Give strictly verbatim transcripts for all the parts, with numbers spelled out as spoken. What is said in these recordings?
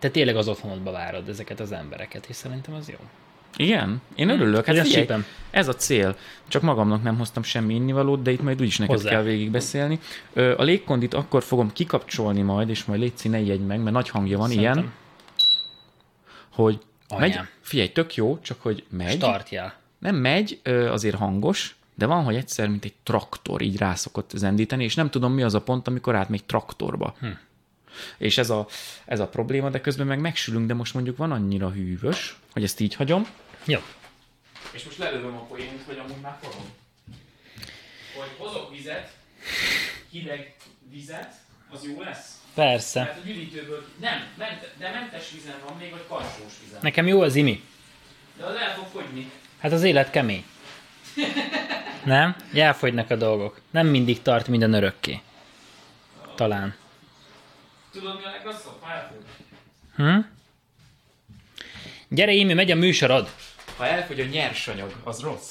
te tényleg az otthonodba várod ezeket az embereket, és szerintem az jó. Igen? Én örülök. Hát Ez figyelj, ez a cél. Csak magamnak nem hoztam semmi innivalót, de itt majd úgyis neked Hozzá. kell végigbeszélni. A légkondit akkor fogom kikapcsolni majd, és majd létszi, ne ijedj meg, mert nagy hangja van, szerintem. Ilyen, hogy megy, figyelj, tök jó, csak hogy megy. Startjál. Nem megy, azért hangos, de van, hogy egyszer, mint egy traktor így rá szokott zendíteni, és nem tudom, mi az a pont, amikor átmegy traktorba. Hm. És ez a, ez a probléma, de közben meg megsülünk, de most mondjuk van annyira hűvös, hogy ezt így hagyom. Jó. És most lelövöm a poént, hogy amúgy már forog. Hogy hozok vizet, hideg vizet, az jó lesz? Persze. Mert a gyűjtőből nem, ment, de mentes vízen van még, vagy karsós vízen. Nekem jó az imi. De az el fog fogyni. Hát az élet kemény. Nem? Elfogynak a dolgok. Nem mindig tart minden örökké. Talán. Tudod, mi a legrosszabb? Elfogy. Hm? Gyere, Imi, megy a műsorod. Ha elfogy a nyersanyag, az rossz.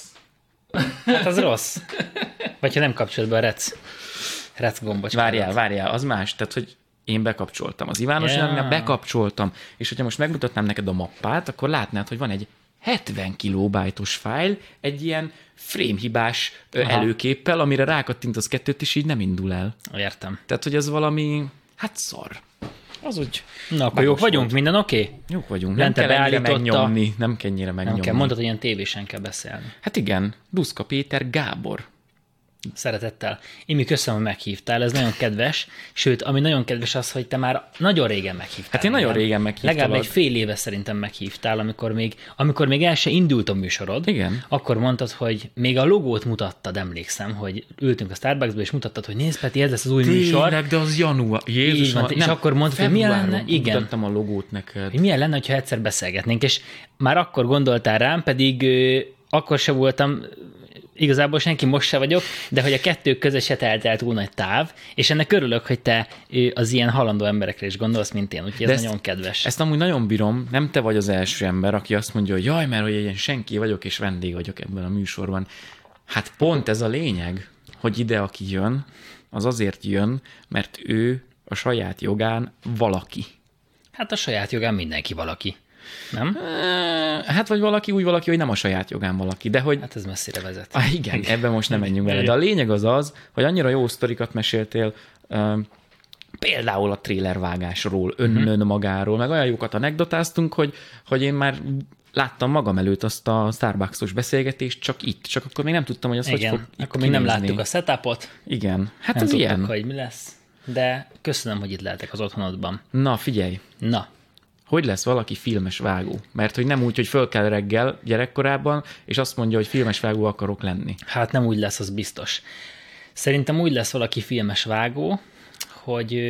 Hát az rossz. Vagy ha nem kapcsolod be a rec. Rec gombocskát. Várjál, várjál, az más. Tehát, hogy én bekapcsoltam. Az Ivános yeah. anyagnak bekapcsoltam. És hogyha most megmutatnám neked a mappát, akkor látnád, hogy van egy hetven kilobájtos fájl, egy ilyen frémhibás Aha. előképpel, amire rákattintasz kettőt, és így nem indul el. Értem. Tehát, hogy ez valami, hát szar. Az úgy... Na, akkor jók vagyunk, minden oké? Okay? Jók vagyunk, nem kell ennyire megnyomni. Nem kell ennyire megnyomni. Nem kell, mondod, hogy ilyen tévésen kell beszélni. Hát igen, Duszka Péter Gábor. Szeretettel. Imi, köszönöm, hogy meghívtál, ez nagyon kedves. Sőt, ami nagyon kedves az, hogy te már nagyon régen meghívtál. Hát én nagyon régen meghívtál. Legalább egy fél éve szerintem meghívtál, amikor még, amikor még el se indult a műsorod. Igen. Akkor mondtad, hogy még a logót mutattad, emlékszem, hogy ültünk a Starbucksba, és mutattad, hogy nézd, Peti, ez lesz az új Tényleg, műsor. Tényleg, de az január. Jézus, van, és akkor mondtad, hogy milyen lenne, igen. Mutattam a logót neked. Hogy milyen lenne, ha egyszer beszélgetnénk, és már akkor gondoltál rám, pedig ö, akkor se voltam... Igazából senki most se vagyok, de hogy a kettők között se eltelt túl nagy táv, és ennek örülök, hogy te az ilyen halandó emberekre is gondolsz, mint én, úgyhogy ez ezt, nagyon kedves. Ezt amúgy nagyon bírom, nem te vagy az első ember, aki azt mondja, hogy jaj, mert hogy ilyen senki vagyok, és vendég vagyok ebben a műsorban. Hát pont ez a lényeg, hogy ide, aki jön, az azért jön, mert ő a saját jogán valaki. Hát a saját jogán mindenki valaki. Nem? Hát vagy valaki, úgy valaki, hogy nem a saját jogán valaki, de hogy... Hát ez messzire vezet. Ah, igen, ebben most nem menjünk bele. De a lényeg az az, hogy annyira jó sztorikat meséltél, uh, például a trélervágásról, ön magáról, meg olyan jókat anekdotáztunk, hogy, hogy én már láttam magam előtt azt a Starbucks-os beszélgetést, csak itt. Csak akkor még nem tudtam, hogy az igen, hogy fog akkor még nem láttuk a setupot. Igen, hát nem ez tudtuk, ilyen. hogy mi lesz. De köszönöm, hogy itt lehetek az otthonodban. Na, figyelj. Na. Hogy lesz valaki filmes vágó? Mert hogy nem úgy, hogy föl kell reggel gyerekkorában, és azt mondja, hogy filmes vágó akarok lenni. Hát nem úgy lesz, az biztos. Szerintem úgy lesz valaki filmes vágó, hogy,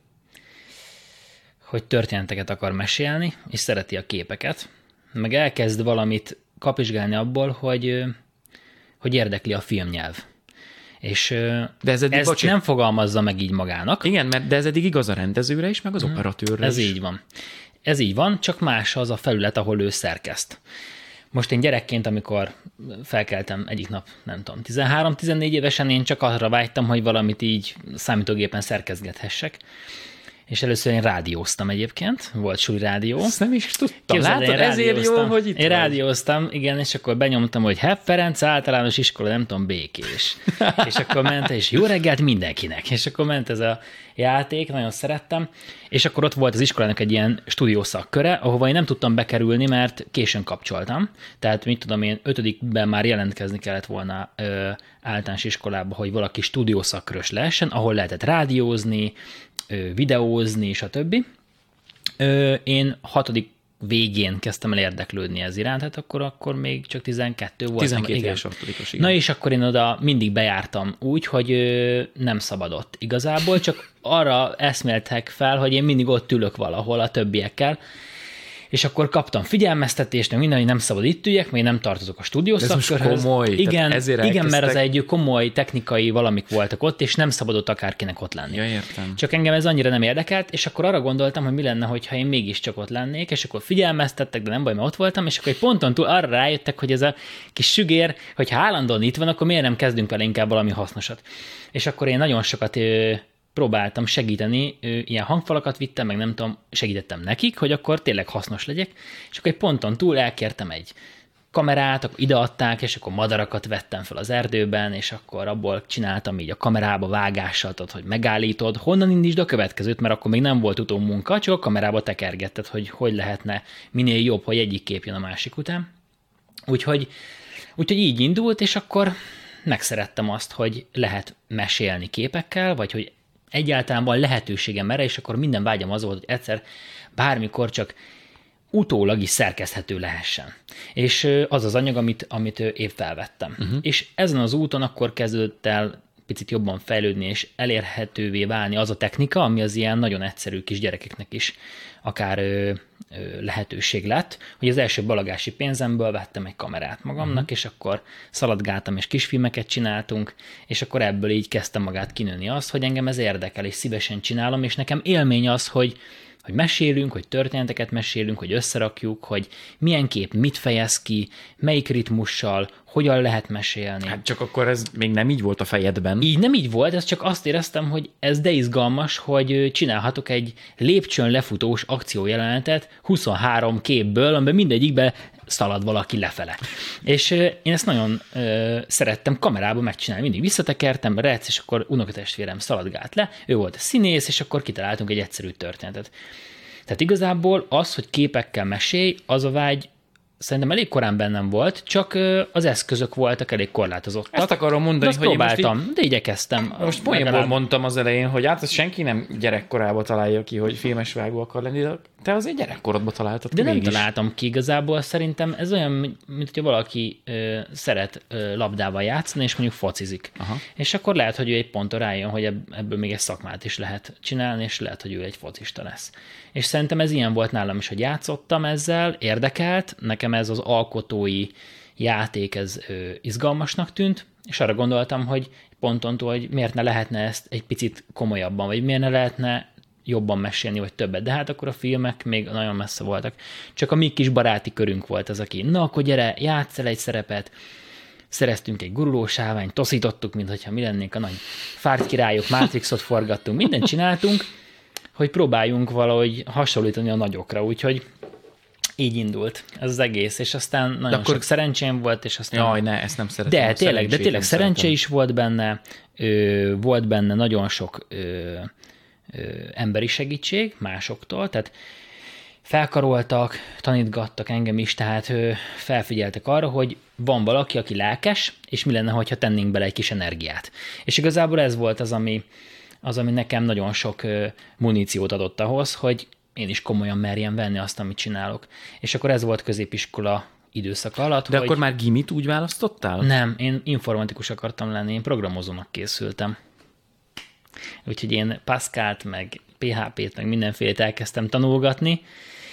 hogy történeteket akar mesélni, és szereti a képeket, meg elkezd valamit kapizsgálni abból, hogy, hogy érdekli a filmnyelv. És de ez ezt bocsi... nem fogalmazza meg így magának. Igen, mert de ez eddig igaz a rendezőre is, meg az hmm. operatőrre ez is. Ez így van. Ez így van, csak más az a felület, ahol ő szerkeszt. Most én gyerekként, amikor felkeltem egyik nap, nem tudom, tizenhárom-tizennégy évesen, én csak arra vágytam, hogy valamit így számítógépen szerkezgethessek. És először én rádióztam egyébként, volt suli rádió. Ezt nem is tudtam. Látod, ezért jó, hogy itt Én rádióztam, igen, és akkor benyomtam, hogy Hepp Ferenc általános iskola, nem tudom, Békés. És akkor ment, és jó reggelt mindenkinek. És akkor ment ez a játék, nagyon szerettem. És akkor ott volt az iskolának egy ilyen stúdiószakköre, ahova én nem tudtam bekerülni, mert későn kapcsoltam. Tehát mit tudom én, ötödikben már jelentkezni kellett volna ö, általános iskolába, hogy valaki stúdiószakkörös lehessen, ahol lehetett rádiózni, videózni, stb. Én hatodik végén kezdtem el érdeklődni ez iránt, hát akkor, akkor még csak tizenkettő voltam. tizenkét éves hatodikos, igen. Na és akkor én oda mindig bejártam úgy, hogy nem szabadott igazából, csak arra eszméltek fel, hogy én mindig ott ülök valahol a többiekkel, és akkor kaptam figyelmeztetést, meg minden, hogy nem szabad itt üljek, még nem tartozok a stúdiószakkörhöz. Ez most komoly. Igen, ezért igen, mert az egy komoly technikai valamik voltak ott, és nem szabadott akárkinek ott lenni. Ja, értem. Csak engem ez annyira nem érdekelt, és akkor arra gondoltam, hogy mi lenne, hogyha én mégiscsak ott lennék, és akkor figyelmeztettek, de nem baj, mert ott voltam, és akkor egy ponton túl arra rájöttek, hogy ez a kis sügér, hogyha állandóan itt van, akkor miért nem kezdünk vele inkább valami hasznosat. És akkor én nagyon sokat próbáltam segíteni, ilyen hangfalakat vittem, meg nem tudom, segítettem nekik, hogy akkor tényleg hasznos legyek, és akkor egy ponton túl elkértem egy kamerát, akkor ideadták, és akkor madarakat vettem fel az erdőben, és akkor abból csináltam így a kamerába vágással, tudod, hogy megállítod, honnan indítsd a következőt, mert akkor még nem volt utómunka, csak a kamerába tekergetted, hogy hogy lehetne minél jobb, hogy egyik kép jön a másik után. Úgyhogy, úgyhogy így indult, és akkor megszerettem azt, hogy lehet mesélni képekkel, vagy hogy egyáltalán van lehetőségem erre, és akkor minden vágyam az volt, hogy egyszer bármikor csak utólag is szerkeszthető lehessen. És az az anyag, amit, amit épp felvettem. Uh-huh. És ezen az úton akkor kezdődött el picit jobban fejlődni, és elérhetővé válni az a technika, ami az ilyen nagyon egyszerű kis gyerekeknek is akár ö, ö, lehetőség lett, hogy az első balagási pénzemből vettem egy kamerát magamnak, uh-huh. és akkor szaladgáltam, és kisfilmeket csináltunk, és akkor ebből így kezdtem magát kinőni az, hogy engem ez érdekel, és szívesen csinálom, és nekem élmény az, hogy hogy mesélünk, hogy történeteket mesélünk, hogy összerakjuk, hogy milyen kép mit fejez ki, melyik ritmussal, hogyan lehet mesélni. Hát csak akkor ez még nem így volt a fejedben. Így nem így volt, ez csak azt éreztem, hogy ez de izgalmas, hogy csinálhatok egy lépcsőn lefutós akciójelenetet huszonhárom képből, amiben mindegyikbe szalad valaki lefele. És én ezt nagyon ö, szerettem kamerában megcsinálni. Mindig visszatekertem, rec, és akkor unokatestvérem szaladgált le, ő volt a színész, és akkor kitaláltunk egy egyszerű történetet. Tehát igazából az, hogy képekkel mesélj, az a vágy szerintem elég korán bennem volt, csak az eszközök voltak elég korlátozottak. Ezt akarom mondani, hogy próbáltam, így, de igyekeztem. Most poénból mondtam az elején, hogy hát ezt senki nem gyerekkorában találja ki, hogy filmesvágó akar lenni, de te azért gyerekkorodban találtad. De nem mégis. Találtam ki igazából, szerintem ez olyan, mint hogyha valaki ö, szeret ö, labdával játszani, és mondjuk focizik. Aha. És akkor lehet, hogy ő egy ponton rájön, hogy ebből még egy szakmát is lehet csinálni, és lehet, hogy ő egy focista lesz. És szerintem ez ilyen volt nálam is, hogy játszottam ezzel, érdekelt, nekem ez az alkotói játék, ez ö, izgalmasnak tűnt, és arra gondoltam, hogy ponton túl, hogy miért ne lehetne ezt egy picit komolyabban, vagy miért ne lehetne jobban mesélni, vagy többet. De hát akkor a filmek még nagyon messze voltak. Csak a mi kis baráti körünk volt az, aki, na akkor gyere, játsz el egy szerepet, szereztünk egy gurulósáványt, toszítottuk, mintha mi lennénk a nagy fártkirályok, Matrixot forgattunk, mindent csináltunk, hogy próbáljunk valahogy hasonlítani a nagyokra, úgyhogy így indult ez az egész, és aztán nagyon de akkor... sok szerencsém volt, és aztán... Jaj, ne, ezt nem szeretem. De tényleg, de tényleg szerencse szeretem. Is volt benne, ö, volt benne nagyon sok ö, ö, emberi segítség másoktól, tehát felkaroltak, tanítgattak engem is, tehát ö, felfigyeltek arra, hogy van valaki, aki lelkes, és mi lenne, hogyha tennénk bele egy kis energiát. És igazából ez volt az, ami, az, ami nekem nagyon sok ö, muníciót adott ahhoz, hogy én is komolyan merjem venni azt, amit csinálok. És akkor ez volt középiskola időszaka alatt. De hogy... akkor már gimit úgy választottál? Nem, én informatikus akartam lenni, én programozónak készültem. Úgyhogy én Pascalt, meg pé há pét, meg mindenfélét elkezdtem tanulgatni,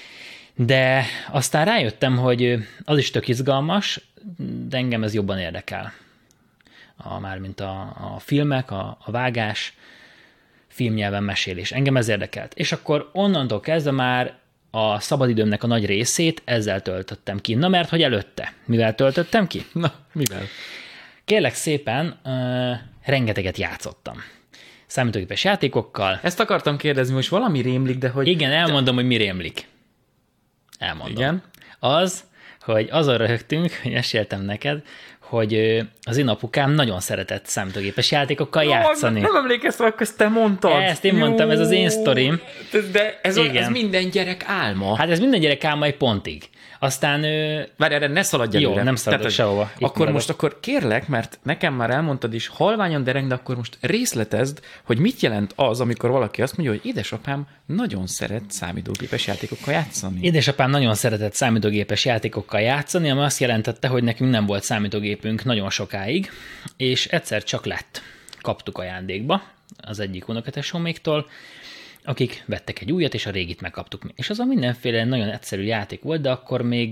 de aztán rájöttem, hogy az is tök izgalmas, de engem ez jobban érdekel. A, mármint a, a filmek, a, a vágás, filmnyelven mesélés. Engem ez érdekelt. És akkor onnantól kezdve már a szabadidőmnek a nagy részét ezzel töltöttem ki. Na mert, hogy előtte. Mivel töltöttem ki? Na, mivel? Kérlek szépen, uh, rengeteget játszottam. Számítógépes játékokkal. Ezt akartam kérdezni, most valami rémlik, de hogy... Igen, elmondom, hogy mi rémlik. Elmondom. Igen? Az, hogy azon röhögtünk, hogy meséltem neked, hogy az én apukám nagyon szeretett számítógépes játékokkal Jó, játszani. Nem emlékeztem, akkor ezt te mondtad. Ezt én Jó. mondtam, ez az én sztorim. De ez, a, ez minden gyerek álma. Hát ez minden gyerek álma egy pontig. Aztán... Várj, erre ne szaladj előre. Jó, nem szaladok sehova. Akkor maradok. Most akkor kérlek, mert nekem már elmondtad is, halványan dereng, de akkor most részletezd, hogy mit jelent az, amikor valaki azt mondja, hogy édesapám nagyon szeret számítógépes játékokkal játszani. Édesapám nagyon szeretett számítógépes játékokkal játszani, ami azt jelentette, hogy nekünk nem volt számítógépünk nagyon sokáig, és egyszer csak lett. Kaptuk ajándékba az egyik unokatestvéréktől, akik vettek egy újat, és a régit megkaptuk. És az a mindenféle nagyon egyszerű játék volt, de akkor még,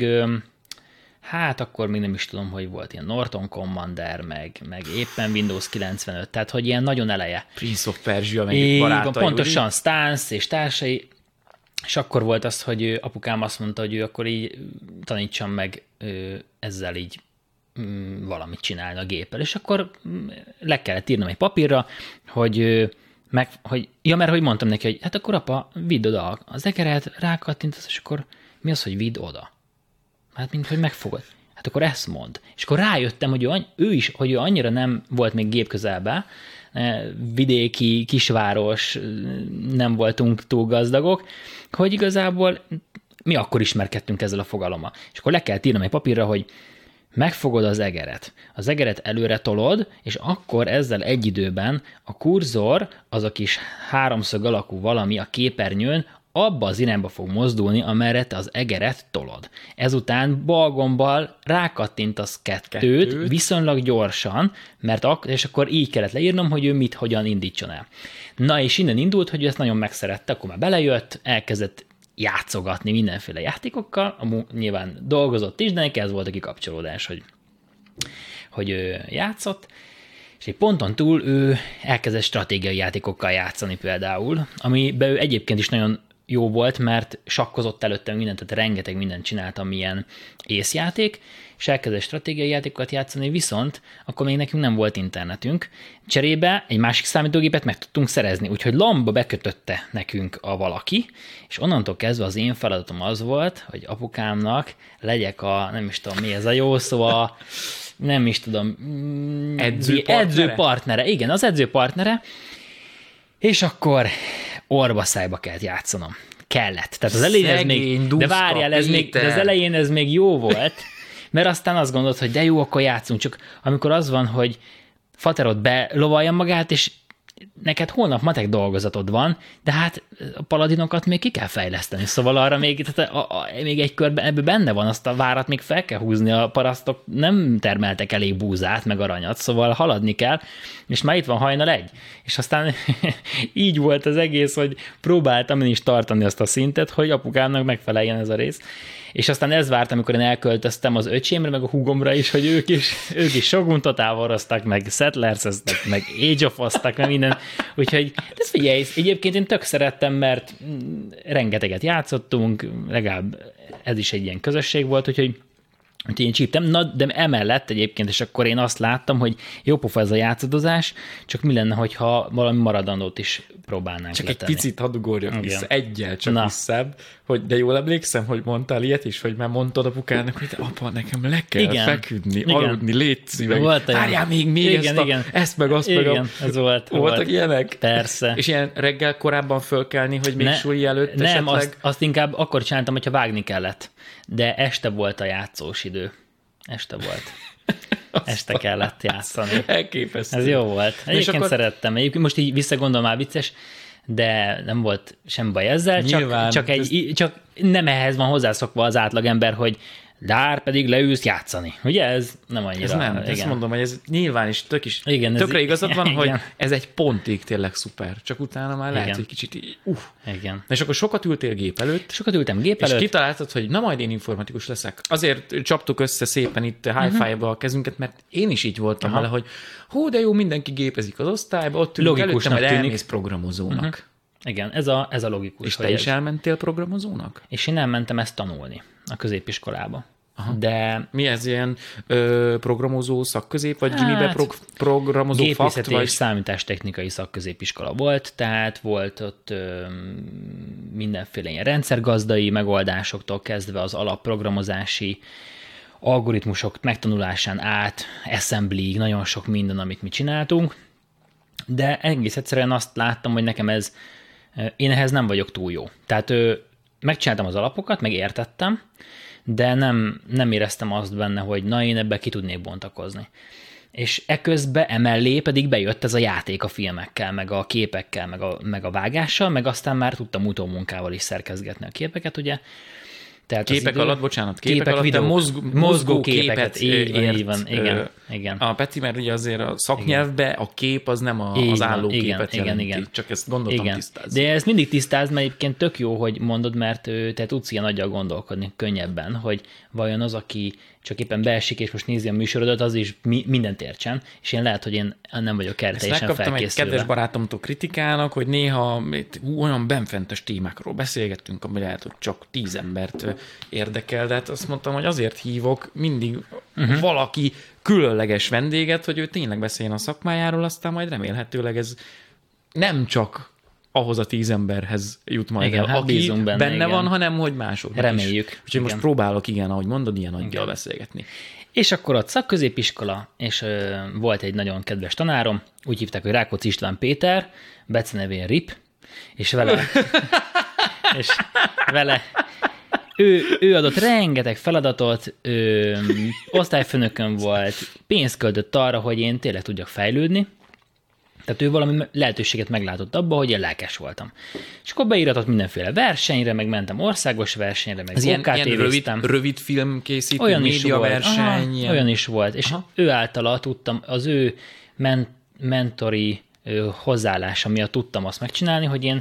hát akkor még nem is tudom, hogy volt ilyen Norton Commander, meg, meg éppen Windows kilencvenöt, tehát hogy ilyen nagyon eleje. Prince of Persia, meg barátai. Pontosan, Stance és társai, és akkor volt az, hogy apukám azt mondta, hogy ő akkor így tanítsam meg ezzel így valamit csinálni a géppel. És akkor le kellett írnom egy papírra, hogy meg, hogy, ja, mert hogy mondtam neki, hogy hát akkor apa, vidd oda az egeret, rákattintasz, és akkor mi az, hogy vidd oda? Hát mint, hogy megfogod. Hát akkor ezt mond. És akkor rájöttem, hogy ő, ő is, hogy ő annyira nem volt még gép közelbe, vidéki, kisváros, nem voltunk túl gazdagok, hogy igazából mi akkor ismerkedtünk ezzel a fogalommal. És akkor le kell írnom egy papírra, hogy megfogod az egeret. Az egeret előre tolod, és akkor ezzel egy időben a kurzor, az a kis háromszög alakú valami a képernyőn, abba az irányba fog mozdulni, amerre te az egeret tolod. Ezután bal gombbal rákattintasz kettőt, kettőt, viszonylag gyorsan, mert ak- és akkor így kellett leírnom, hogy ő mit, hogyan indítson el. Na, és innen indult, hogy ő ezt nagyon megszerette, akkor már belejött, elkezdett játszogatni mindenféle játékokkal, amúgy nyilván dolgozott is, de neki ez volt a kikapcsolódás, hogy, hogy ő játszott, és egy ponton túl ő elkezdett stratégiai játékokkal játszani például, amiben ő egyébként is nagyon jó volt, mert sakkozott előtte mindent, tehát rengeteg mindent csináltam, milyen észjáték, és elkezdett stratégiai játékokat játszani, viszont akkor még nekünk nem volt internetünk. Cserébe egy másik számítógépet meg tudtunk szerezni, úgyhogy lamba bekötötte nekünk a valaki, és onnantól kezdve az én feladatom az volt, hogy apukámnak legyek a, nem is tudom mi ez a jó szó, a, nem is tudom, edzőpartnere? edzőpartnere, igen, az edzőpartnere, és akkor orba szájba kellett játszanom. Kellett. Tehát az elején ez még, de várjál, ez még, de az elején ez még jó volt, mert aztán azt gondolod, hogy de jó, akkor játszunk, csak amikor az van, hogy faterod belovalja magát, és neked holnap matek dolgozatod van, de hát a paladinokat még ki kell fejleszteni, szóval arra még, tehát a, a, még egy körben ebben benne van, azt a várat még fel kell húzni, a parasztok nem termeltek elég búzát, meg aranyat, szóval haladni kell, és már itt van hajnal egy. És aztán így volt az egész, hogy próbáltam én is tartani azt a szintet, hogy apukámnak megfeleljen ez a rész. És aztán ez várt, amikor én elköltöztem az öcsémre, meg a húgomra is, hogy ők is, ők is Shoguntot táboroztak, meg Settlers-eztek, meg Age of Us-tak, meg minden. Úgyhogy, de figyelj, egyébként én tök szerettem, mert rengeteget játszottunk, legalább ez is egy ilyen közösség volt, úgyhogy úgyhogy én csíptem, na, de emellett egyébként, és akkor én azt láttam, hogy jó pofa ez a játszadozás, csak mi lenne, hogyha valami maradandót is próbálnánk Csak letenni. egy picit hadd ugorjak vissza, egyel csak na. Visszebb, hogy de jól emlékszem, hogy mondtál ilyet is, hogy már mondtad apukának, hogy apa, nekem le kell igen. feküdni, igen. aludni, légy szíves. Várjál még, még igen, ezt, a, igen. ezt meg azt igen, meg a... ez volt. Voltak volt. Ilyenek? Persze. És ilyen reggel korábban fölkelni, hogy még ne, suli előtt nem, esetleg? azt, azt inkább akkor csináltam, hogyha vágni kellett. De este volt a játszós idő. Este volt. Este kellett játszani. Elképesztő. Ez jó volt. Egyébként akkor... szerettem. Egyébként most így visszagondolom, már vicces, de nem volt sem baj ezzel, csak, csak, egy, ez... csak nem ehhez van hozzászokva az átlagember, hogy Dár pedig leülsz játszani. Ugye ez nem annyira. Ez nem, igen. Ezt mondom, hogy ez nyilván is tök is. Igen, tökre ez igazad van, igen. hogy ez egy pontig tényleg szuper. Csak utána már lehet, igen. hogy kicsit így, uff. Igen. És akkor sokat ültél gép előtt. Sokat ültem gép előtt. És kitaláltad, hogy na majd én informatikus leszek. Azért csaptuk össze szépen itt hi-fi-ba uh-huh. a kezünket, mert én is így voltam vele, hogy hú, de jó, mindenki gépezik az osztályba, ott ülünk előtte, majd elmész programozónak. Uh-huh. Igen, ez a, ez a logikus. És te is ez... elmentél programozónak? És én elmentem ezt tanulni a középiskolába. Aha. De mi ez ilyen ö, programozó szakközép, vagy hát, gimibe prog- programozó fakt? Gépészeti vagy... és számítástechnikai szakközépiskola volt, tehát volt ott ö, mindenféle ilyen rendszergazdai megoldásoktól kezdve az alapprogramozási algoritmusok megtanulásán át, assembly, nagyon sok minden, amit mi csináltunk, de egész egyszerűen azt láttam, hogy nekem ez, én ehhez nem vagyok túl jó. Tehát ö, megcsináltam az alapokat, meg értettem, de nem, nem éreztem azt benne, hogy na, én ebbe ki tudnék bontakozni. És eközben emellé pedig bejött ez a játék a filmekkel, meg a képekkel, meg a, meg a vágással, meg aztán már tudtam utómunkával is szerkezgetni a képeket, ugye. Tehát képek idő... alatt, bocsánat, képek, képek alatt, videó, de mozgó, mozgó képeket, képet így van, ért, így van, igen, ö, igen. A Peti, mert ugye azért a szaknyelvbe a kép az nem a, az álló igen, képet igen, jelenti, igen. csak ezt gondoltam igen. tisztázni. De ezt mindig tisztáz, mert egyébként tök jó, hogy mondod, mert te tudsz ilyen aggyal gondolkodni könnyebben, hogy vajon az, aki csak éppen beesik, és most nézi a műsorodat, az is mi, mindent értsen, és én lehet, hogy én nem vagyok erre teljesen felkészülve. Ezt megkaptam egy kedves barátomtól kritikának, hogy néha olyan benfentes témákról beszélgettünk, ami lehet, hogy csak tíz embert érdekel, de hát azt mondtam, hogy azért hívok mindig uh-huh. valaki különleges vendéget, hogy ő tényleg beszéljen a szakmájáról, aztán majd remélhetőleg ez nem csak ahhoz a tíz emberhez jut majd igen, el, hát aki benne, benne igen. van, hanem hogy másoknak Reméljük. is. Úgyhogy most próbálok, igen, ahogy mondod, ilyen nagyjal beszélgetni. És akkor ott szakközépiskola, és ö, volt egy nagyon kedves tanárom, úgy hívták, hogy Rákóczi István Péter, becenevén Rip, és vele, és vele ő, ő adott rengeteg feladatot, ő, osztályfőnökön volt, pénzt költött arra, hogy én tényleg tudjak fejlődni, tehát ő valami lehetőséget meglátott abba, hogy én lelkes voltam. És akkor beíratott mindenféle versenyre, meg mentem országos versenyre, meg ilyen, ilyen rövid, rövid filmkészítő, olyan médiaverseny. Ilyen... Olyan is volt, és aha. ő általa tudtam, az ő men- mentori ő, hozzáállása miatt tudtam azt megcsinálni, hogy én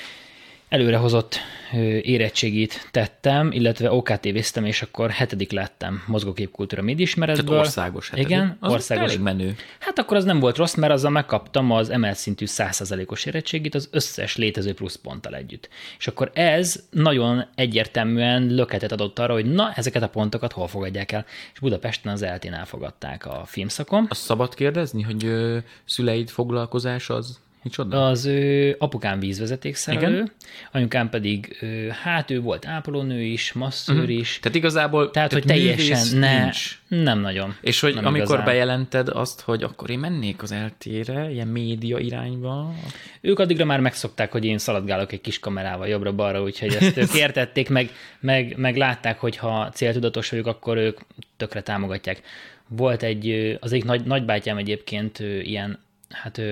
előrehozott érettségit tettem, illetve ó ká té-véztem, és akkor hetedik lettem mozgóképkultúra médiismeretből. Tehát országos hetedik. Igen, az országos. Elég menő. Hát akkor az nem volt rossz, mert azzal megkaptam az emelt szintű száz százalékos érettségit az összes létező pluszponttal együtt. És akkor ez nagyon egyértelműen löketet adott arra, hogy na, ezeket a pontokat hol fogadják el. És Budapesten az é el té-n elfogadták a filmszakon. Azt szabad kérdezni, hogy ö, szüleid foglalkozás az micsoda? Az ő apukám vízvezetékszerelő, igen? Anyukám pedig, ő, hát ő volt ápolónő is, masszőr uh-huh. is. Tehát igazából tehát, tehát hogy teljesen ne, nincs. Nem nagyon. És hogy nem amikor igazán. Bejelented azt, hogy akkor én mennék az é el té-re, ilyen média irányba? Ők addigra már megszokták, hogy én szaladgálok egy kis kamerával jobbra-balra, úgyhogy ezt ők értették, meg, meg, meg látták, hogy ha céltudatos vagyok, akkor ők tökre támogatják. Volt egy, az egyik nagy, nagybátyám egyébként ilyen, hát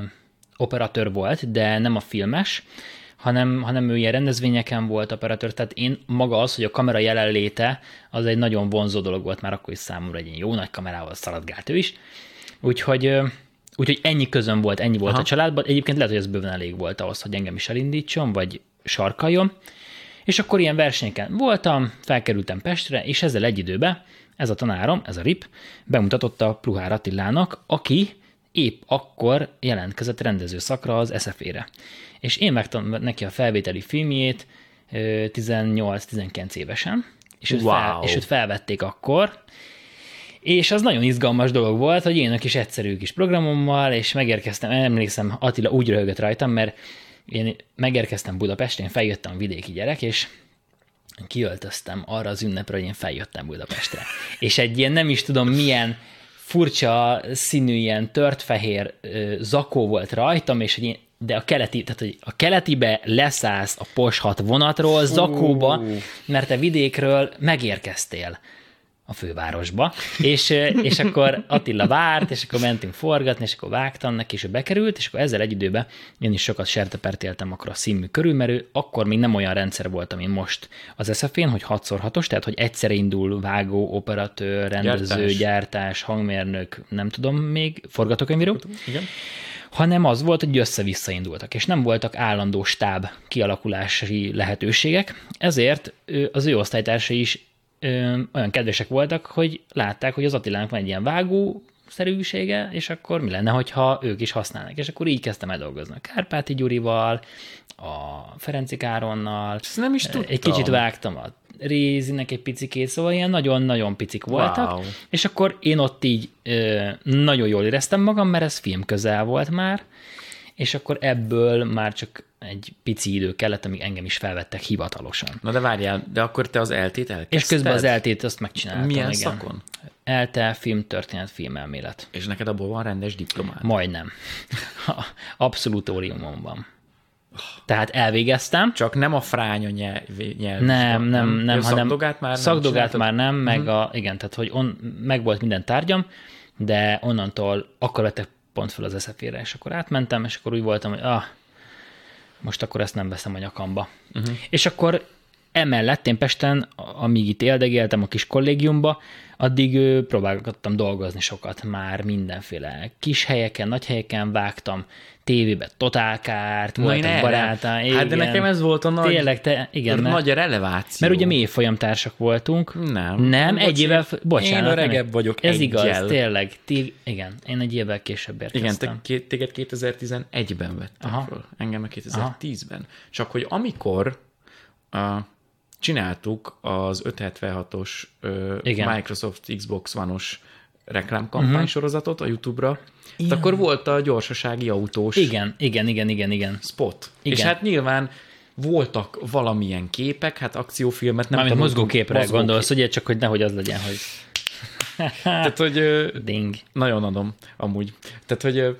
operatőr volt, de nem a filmes, hanem, hanem ő ilyen rendezvényeken volt operatőr, tehát én maga az, hogy a kamera jelenléte, az egy nagyon vonzó dolog volt már akkor is számomra, egy ilyen jó nagy kamerával szaladgált ő is. Úgyhogy, úgyhogy ennyi közön volt, ennyi volt Aha. a családban. Egyébként lehet, hogy ez bőven elég volt ahhoz, hogy engem is elindítson, vagy sarkaljon. És akkor ilyen versenyeken voltam, felkerültem Pestre, és ezzel egy időben ez a tanárom, ez a Rip, bemutatotta Pluhár Attilának, aki épp akkor jelentkezett rendező szakra az es ef é-re. És én megtanultam neki a felvételi filmjét tizennyolc-tizenkilenc évesen, és őt, wow. fel, és őt felvették akkor, és az nagyon izgalmas dolog volt, hogy én a kis egyszerű kis programommal, és megérkeztem, emlékszem, Attila úgy röhögött rajtam, mert én megérkeztem Budapestre, én feljöttem a vidéki gyerek, és kiöltöztem arra az ünnepre, hogy én feljöttem Budapestre. És egy ilyen nem is tudom milyen furcsa színű, ilyen tört-fehér zakó volt rajtam, és egy, de a keleti, tehát hogy a keletibe leszállsz a Pos hat vonatról, zakóba, mert te vidékről megérkeztél a fővárosba, és, és akkor Attila várt, és akkor mentünk forgatni, és akkor vágtam neki, és ő bekerült, és akkor ezzel egy időben én is sokat sertepertéltem akkor a színmű körül, mert ő akkor még nem olyan rendszer volt, mint most az es ef é-n, hogy hat szor hatos, tehát hogy egyszerre indul vágó, operatőr, rendező, gyártás, gyártás hangmérnök, nem tudom még, forgatókönyvíró. Igen. Hanem az volt, hogy össze-vissza indultak, és nem voltak állandó stáb kialakulási lehetőségek, ezért az ő osztálytársai is Ö, olyan kedvesek voltak, hogy látták, hogy az Attilának van egy ilyen vágó-szerűsége, és akkor mi lenne, hogyha ők is használnak. És akkor így kezdtem el dolgozni a Kárpáti Gyurival, a Ferenci Káronnal. Ezt nem is tudtam. Egy kicsit vágtam a Rézinek egy picikét, szóval ilyen nagyon-nagyon picik voltak. Wow. És akkor én ott így ö, nagyon jól éreztem magam, mert ez film közel volt már, és akkor ebből már csak egy pici idő kellett, amíg engem is felvettek hivatalosan. Na de várjál, de akkor te az eltét elkezdted? És közben az eltét azt megcsináltam. Milyen igen. szakon? ELTE, filmtörténet, filmelmélet. És neked abból van rendes diplomád? Majdnem. Abszolutóriumon van. Tehát elvégeztem. Csak nem a fránya nyelv. nyelv nem, nem, nem. Szakdogát már nem Szakdogát már nem, meg uh-huh. a, igen, tehát hogy on, meg volt minden tárgyam, de onnantól akkor vettek pont fel az es ef é-re, és akkor átmentem, és akkor úgy voltam, hogy ah, most akkor ezt nem veszem a nyakamba. Uh-huh. És akkor emellett én Pesten, amíg itt éldegéltem a kis kollégiumba, addig próbálgattam dolgozni sokat már mindenféle kis helyeken, nagy helyeken vágtam, tévébe totálkárt, voltak barátaim. Hát de nekem ez volt a nagy, tényleg, te, igen, mert, nagy releváció. Mert ugye mi évfolyamtársak voltunk. Nem. Nem, egy évvel, bocsánat. Én öregebb vagyok Ez egyel. igaz, tényleg. Ti, igen, én egy évvel később érkeztem. Igen, te, téged kétezer-tizenegyben vettem Aha. föl, engem meg kétezer-tízben. Aha. Csak hogy amikor uh, csináltuk az ötszázhetvenhatos uh, Microsoft Xbox One-os reklámkampány uh-huh. sorozatot a YouTube-ra. Igen. Akkor volt a gyorsasági autós Igen, igen, igen, igen, igen. spot. Igen. És hát nyilván voltak valamilyen képek, hát akciófilmet nem Mármint mozgóképre mozgókép. gondolsz, ugye, csak hogy nehogy az legyen, hogy... Tehát, hogy... Ding. Nagyon adom, amúgy. Tehát, hogy,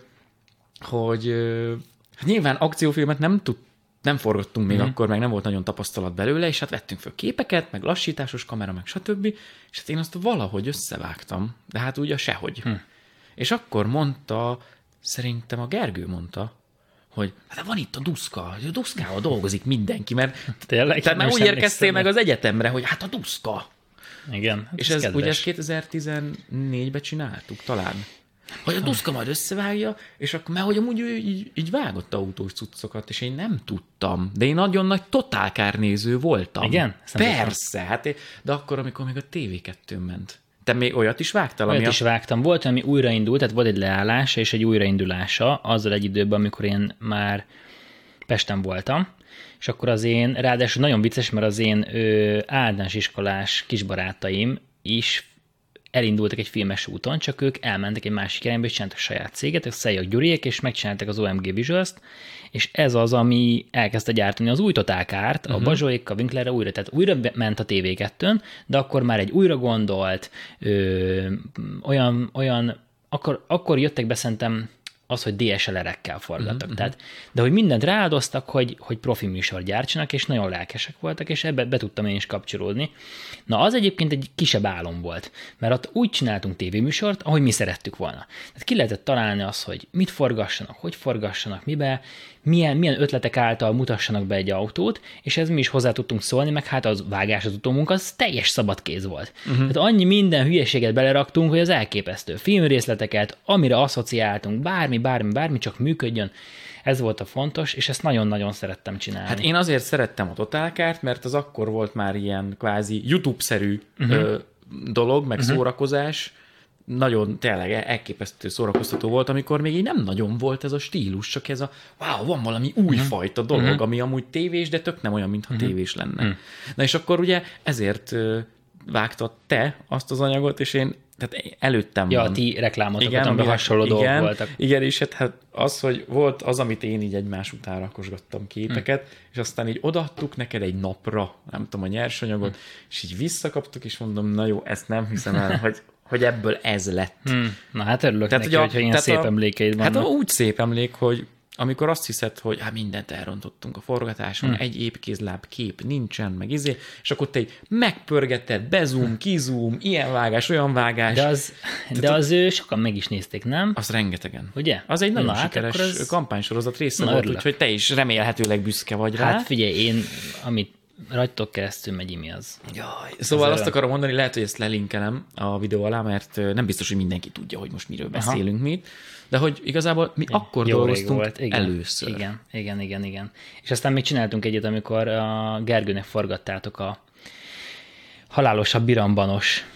hogy hát nyilván akciófilmet nem tud, nem forgattunk még mm. akkor, meg nem volt nagyon tapasztalat belőle, és hát vettünk föl képeket, meg lassításos kamera, meg stb. És hát én azt valahogy összevágtam, de hát ugye sehogy. Hm. És akkor mondta, szerintem a Gergő mondta, hogy hát van itt a duszka, a duszkával dolgozik mindenki, mert tényleg, tehát már úgy érkeztél meg az egyetemre, hogy hát a duszka. Igen. Hát és ez, ez ugye ezt kétezer-tizennégyben csináltuk talán. Hogy a duszka majd összevágja, és akkor, mert hogy amúgy ő így, így vágott autós cuccokat, és én nem tudtam. De én nagyon nagy totálkárnéző voltam. Igen? Persze, hát én, de akkor, amikor még a té vé kettőn ment. Te még olyat is vágtál? Olyat ami is a... vágtam. Volt, ami újraindult, tehát volt egy leállása és egy újraindulása, azzal egy időben, amikor én már Pesten voltam, és akkor az én, ráadásul nagyon vicces, mert az én ö, általános iskolás kisbarátaim is elindultak egy filmes úton, csak ők elmentek egy másik irányba, és csináltak saját céget, ők Szeljak Gyuriék, és megcsináltak az o em gé Visuals-t, és ez az, ami elkezdte gyártani az új Totálkárt, uh-huh. a Bazsóék, a Winklerre újra, tehát újra ment a té vé kettőn, de akkor már egy újra gondolt, ö, olyan, olyan akkor, akkor jöttek be szerintem az, hogy dé es el er-ekkel forgattak. Uh-huh. Tehát, de hogy mindent rááldoztak, hogy, hogy profi műsor gyártsanak, és nagyon lelkesek voltak, és ebbe be tudtam én is kapcsolódni. Na, az egyébként egy kisebb álom volt, mert ott úgy csináltunk tévéműsort, ahogy mi szerettük volna. Tehát ki lehetett találni az, hogy mit forgassanak, hogy forgassanak, mibe, milyen, milyen ötletek által mutassanak be egy autót, és ez mi is hozzá tudtunk szólni, meg hát az vágás, az utómunka, az teljes szabad kéz volt. Uh-huh. Tehát annyi minden hülyeséget beleraktunk, hogy az elképesztő. Filmrészleteket, amire asszociáltunk, bármi, bármi, bármi, csak működjön. Ez volt a fontos, és ezt nagyon-nagyon szerettem csinálni. Hát én azért szerettem a Totálkárt, mert az akkor volt már ilyen kvázi YouTube-szerű uh-huh. ö, dolog, meg uh-huh. szórakozás. Nagyon tényleg elképesztő szórakoztató volt, amikor még így nem nagyon volt ez a stílus, csak ez a wow, van valami újfajta uh-huh. dolog, ami amúgy tévés, de tök nem olyan, mintha uh-huh. tévés lenne. Uh-huh. Na és akkor ugye ezért ö, vágtad te azt az anyagot, és én tehát előttem ja, van. Ja, ti reklámotokat, amiben hasonló igen, dolgok voltak. Igen, és hát, hát az, hogy volt az, amit én így egymás után rakosgattam képeket, hmm. és aztán így odaadtuk neked egy napra, nem tudom, a nyersanyagot, hmm. és így visszakaptuk, és mondom, na jó, ezt nem hiszem el, hogy, hogy ebből ez lett. Hmm. Na hát örülök tehát, neki, a, hogyha ilyen szép a, emlékeid vannak. Hát úgy szép emlék, hogy amikor azt hiszed, hogy hát mindent elrontottunk a forgatáson, hmm. egy épkézláb kép nincsen, meg izé, és akkor te egy megpörgeted, bezúm, kizúm, ilyen vágás, olyan vágás. De az, de az ő sokan meg is nézték, nem? Az rengetegen. Ugye? Az egy nagyon Na, sikeres hát ez... kampánysorozat része Na, volt, örülök. úgyhogy te is remélhetőleg büszke vagy rá. Hát figyelj, én, amit rajtok keresztül megy, mi az. Jaj, szóval azt akarom mondani, lehet, hogy ezt lelinkelem a videó alá, mert nem biztos, hogy mindenki tudja, hogy most miről beszélünk mi. De hogy igazából mi akkor Jó dolgoztunk volt. Igen, először. Igen, igen, igen, igen. És aztán még csináltunk egyet, amikor a Gergőnek forgattátok a halálosabb birambanos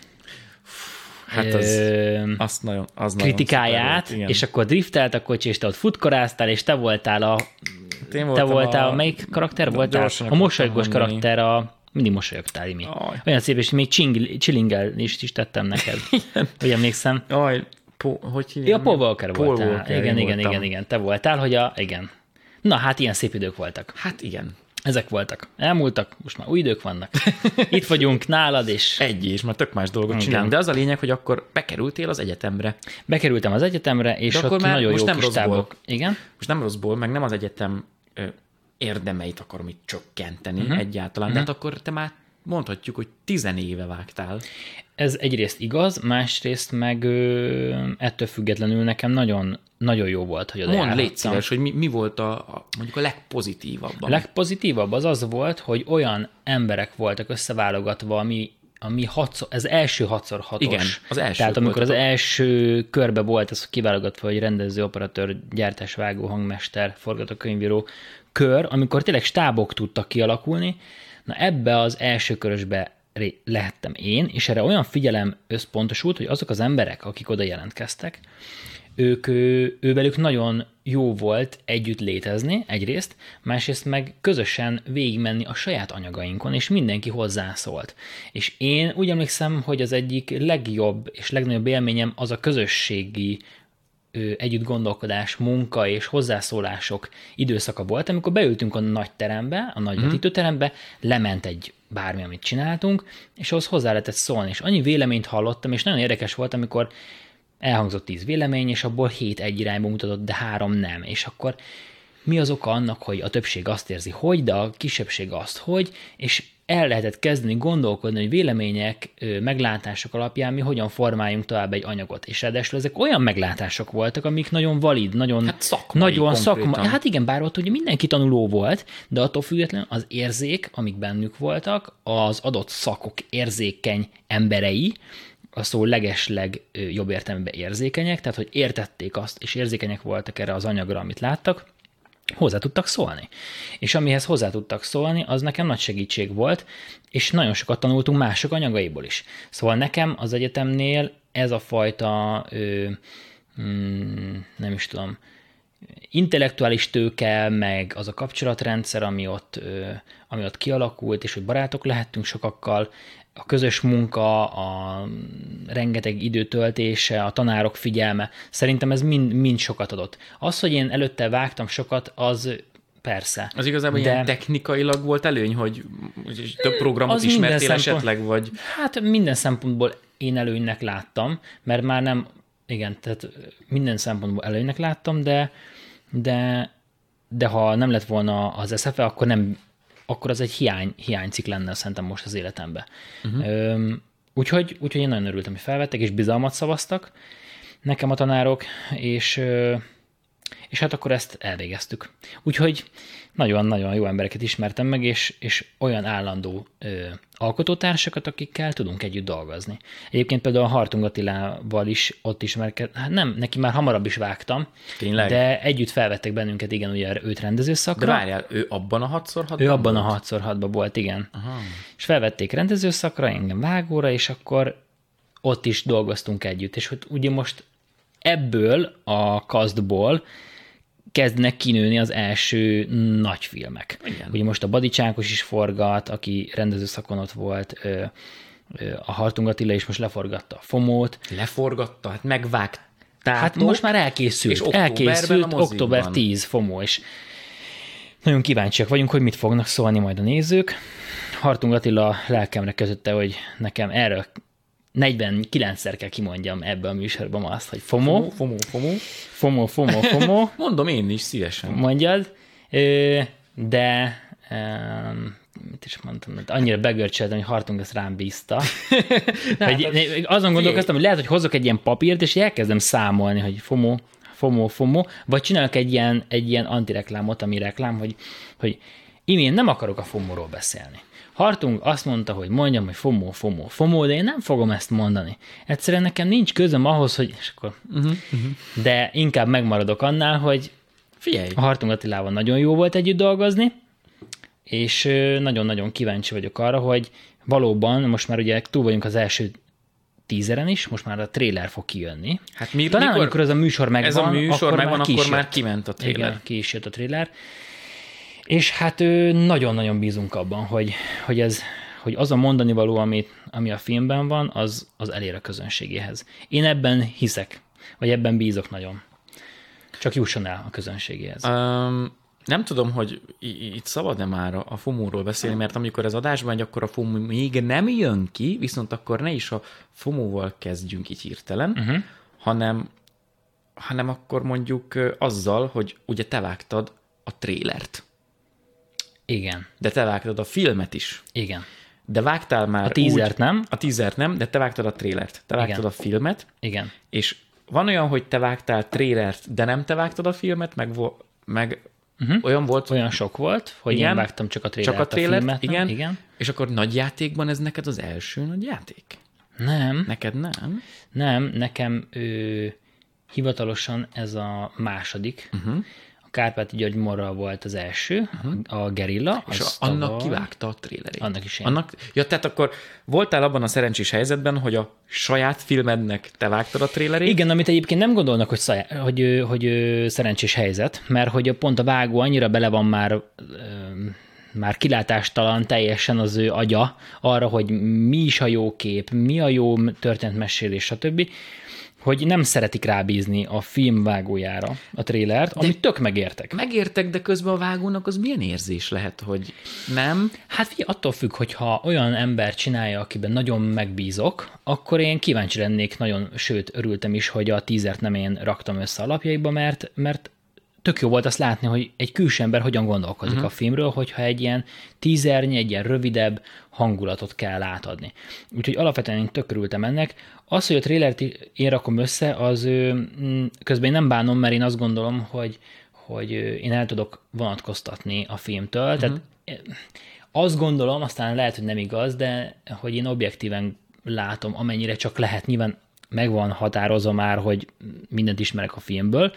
hát az, ö, azt nagyon, az kritikáját, nagyon és akkor driftelt a kocsi, és te ott futkoráztál, és te voltál a te voltál a, a melyik karakter voltál? A mosolygós karakter, a mindig mosolyogtál, Imi. Aj. Olyan szép, és még csingl, csilingel is, is tettem neked. Hogy emlékszem? Aj, po, hogy hívják? Ja, Paul Walker Paul voltál. Walker, igen, igen, voltam. igen, igen. Te voltál, hogy a... Igen. Na, hát ilyen szép idők voltak. Hát igen. Ezek voltak. Elmúltak, most már új idők vannak. Itt vagyunk nálad, és... Egy és már tök más dolgot csinálunk. De az a lényeg, hogy akkor bekerültél az egyetemre. Bekerültem az egyetemre, és de ott nagyon jó nem kis tábok. Igen? Most nem rosszból, meg nem az egyetem ö, érdemeit akarom itt csökkenteni uh-huh. egyáltalán, uh-huh. de hát akkor te már mondhatjuk, hogy tizenéve vágtál. Ez egyrészt igaz, másrészt meg ö, ettől függetlenül nekem nagyon, nagyon jó volt, hogy oda Mondd, légy szíves, hogy mi, mi volt a, a, mondjuk a legpozitívabb. A legpozitívabb az az volt, hogy olyan emberek voltak összeválogatva, ami, ami hatszor, ez első hatszor hatos. Igen, az első. Tehát amikor az első körbe volt ez kiválogatva, hogy rendező, operatőr, gyártás, vágó, hangmester, forgatókönyvíró kör, amikor tényleg stábok tudtak kialakulni, na ebbe az első körösbe lehettem én, és erre olyan figyelem összpontosult, hogy azok az emberek, akik oda jelentkeztek, ők, ő, ővelük nagyon jó volt együtt létezni egyrészt, másrészt meg közösen végigmenni a saját anyagainkon, és mindenki hozzászólt. És én úgy emlékszem, hogy az egyik legjobb és legnagyobb élményem az a közösségi együtt gondolkodás, munka és hozzászólások időszaka volt, amikor beültünk a nagy terembe, a nagy mm. vetítőterembe, lement egy bármi, amit csináltunk, és ahhoz hozzá lehetett szólni. És annyi véleményt hallottam, és nagyon érdekes volt, amikor elhangzott tíz vélemény, és abból hét egy irányba mutatott, de három nem. És akkor mi az oka annak, hogy a többség azt érzi, hogy, de a kisebbség azt, hogy, és el lehetett kezdeni gondolkodni, hogy vélemények, meglátások alapján mi hogyan formáljunk tovább egy anyagot. És ráadásul ezek olyan meglátások voltak, amik nagyon valid, nagyon hát szakmai, nagyon szakmai. Hát igen, bár ott ugye mindenki tanuló volt, de attól függetlenül az érzék, amik bennük voltak, az adott szakok érzékeny emberei, a szó legesleg jobb értelemben érzékenyek, tehát hogy értették azt, és érzékenyek voltak erre az anyagra, amit láttak, hozzá tudtak szólni. És amihez hozzá tudtak szólni, az nekem nagy segítség volt, és nagyon sokat tanultunk mások anyagaiból is. Szóval nekem az egyetemnél ez a fajta, ö, mm, nem is tudom, intellektuális tőke, meg az a kapcsolatrendszer, ami ott, ö, ami ott kialakult, és hogy barátok lehettünk sokakkal, a közös munka, a rengeteg időtöltése, a tanárok figyelme, szerintem ez mind, mind sokat adott. Az, hogy én előtte vágtam sokat, az persze. Az igazából de... ilyen technikailag volt előny, hogy több programot az ismertél szempont... esetleg, vagy... Hát minden szempontból én előnynek láttam, mert már nem, igen, tehát minden szempontból előnynek láttam, de, de, de ha nem lett volna az es ef e, akkor nem akkor az egy hiány, hiánycikk lenne szerintem most az életemben. Uh-huh. Úgyhogy, úgyhogy én nagyon örültem, hogy felvettek, és bizalmat szavaztak nekem a tanárok, és, és hát akkor ezt elvégeztük. Úgyhogy nagyon-nagyon jó embereket ismertem meg, és, és olyan állandó ö, alkotótársakat, akikkel tudunk együtt dolgozni. Egyébként például a Hartung Attilával is ott ismerkedtem, hát nem, neki már hamarabb is vágtam, tényleg? De együtt felvettek bennünket, igen, ugye őt rendezőszakra. De várjál, ő abban a hatszor hatban Ő abban volt? a hatszor hatban volt, igen. Aha. És felvették rendezőszakra, engem vágóra, és akkor ott is dolgoztunk együtt. És hogy ugye most ebből a kasztból kezdnek kinőni az első nagy filmek. Igen. Ugye most a Badi Csákos is forgat, aki rendezőszakon ott volt, a Hartung Attila is most leforgatta a Fomót. Leforgatta? Hát megvágtátok? Hát most már elkészült. És elkészült október tíz Fomó, és nagyon kíváncsiak vagyunk, hogy mit fognak szólni majd a nézők. Hartung Attila lelkemre közötte, hogy nekem erről negyvenkilencszer kell kimondjam ebbe a műsorban azt, hogy FOMO. FOMO, FOMO. FOMO, FOMO, FOMO. Mondom én is, szívesen. Mondjad. De mit is mondtam, annyira begörcsöltem, hogy Hartung ezt rám bízta. hogy azon gondolkoztam, hogy lehet, hogy hozok egy ilyen papírt, és elkezdem számolni, hogy FOMO, FOMO, FOMO, vagy csinálok egy ilyen, egy ilyen antireklámot, ami reklám, hogy, hogy én nem akarok a FOMO-ról beszélni. Hartung azt mondta, hogy mondjam, hogy FOMO, FOMO, FOMO, de én nem fogom ezt mondani. Egyszerűen nekem nincs közöm ahhoz, hogy... És akkor, uh-huh, uh-huh. De inkább megmaradok annál, hogy figyelj, a Hartung Attilával nagyon jó volt együtt dolgozni, és nagyon-nagyon kíváncsi vagyok arra, hogy valóban most már ugye túl vagyunk az első tízeren is, most már a trailer fog kijönni. Hát mi, talán mikor amikor ez a műsor megvan, ez a műsor akkor, megvan, már, akkor már kiment a trailer. Igen, ki is jött a trailer. És hát nagyon-nagyon bízunk abban, hogy, hogy, ez, hogy az a mondani való, ami, ami a filmben van, az, az elér a közönségéhez. Én ebben hiszek, vagy ebben bízok nagyon. Csak jusson el a közönségéhez. Um, nem tudom, hogy itt szabad-e már a FOMO-ról beszélni, mert amikor ez adásban megy, akkor a FOMO még nem jön ki, viszont akkor ne is a FOMO-val kezdjünk így hirtelen, uh-huh. hanem, hanem akkor mondjuk azzal, hogy ugye te vágtad a trélert. Igen. De te vágtad a filmet is. Igen. De vágtál már a tízert úgy, nem. A tízert nem, de te vágtad a trélert. Te vágtad Igen. a filmet. Igen. És van olyan, hogy te vágtál trélert, de nem te vágtad a filmet, meg, vo- meg uh-huh. olyan volt. Olyan sok volt, hogy igen, én vágtam csak a trélert, csak a, trélert, a filmet. Igen. igen. És akkor nagy játékban ez neked az első nagy játék? Nem. Neked nem? Nem, nekem ő, hivatalosan ez a második. Uh-huh. A Kárpáti György Morra volt az első, uh-huh. a Gerilla. És a, annak tavaly... kivágta a trélerét. Annak is én. Annak... Ja, tehát akkor voltál abban a szerencsés helyzetben, hogy a saját filmednek te vágtad a trélerét? Igen, amit egyébként nem gondolnak, hogy, szajá... hogy, hogy, hogy szerencsés helyzet, mert hogy pont a vágó annyira bele van már... már kilátástalan teljesen az ő agya arra, hogy mi is a jó kép, mi a jó történetmesélés, stb., hogy nem szeretik rábízni a film vágójára a trélert, amit tök megértek. Megértek, de közben a vágónak az milyen érzés lehet, hogy nem? Hát figyelj, attól függ, hogyha olyan ember csinálja, akiben nagyon megbízok, akkor én kíváncsi lennék nagyon, sőt, örültem is, hogy a tízert nem én raktam össze alapjaiba, mert, mert tök jó volt azt látni, hogy egy külső ember hogyan gondolkodik uh-huh. a filmről, hogyha egy ilyen tízernyi, egy ilyen rövidebb hangulatot kell átadni. Úgyhogy alapvetően én tök örültem ennek. Az, hogy a trailert én rakom össze, az közben én nem bánom, mert én azt gondolom, hogy, hogy én el tudok vonatkoztatni a filmtől. Uh-huh. Tehát azt gondolom, aztán lehet, hogy nem igaz, de hogy én objektíven látom, amennyire csak lehet. Nyilván meg van határozva már, hogy mindent ismerek a filmből,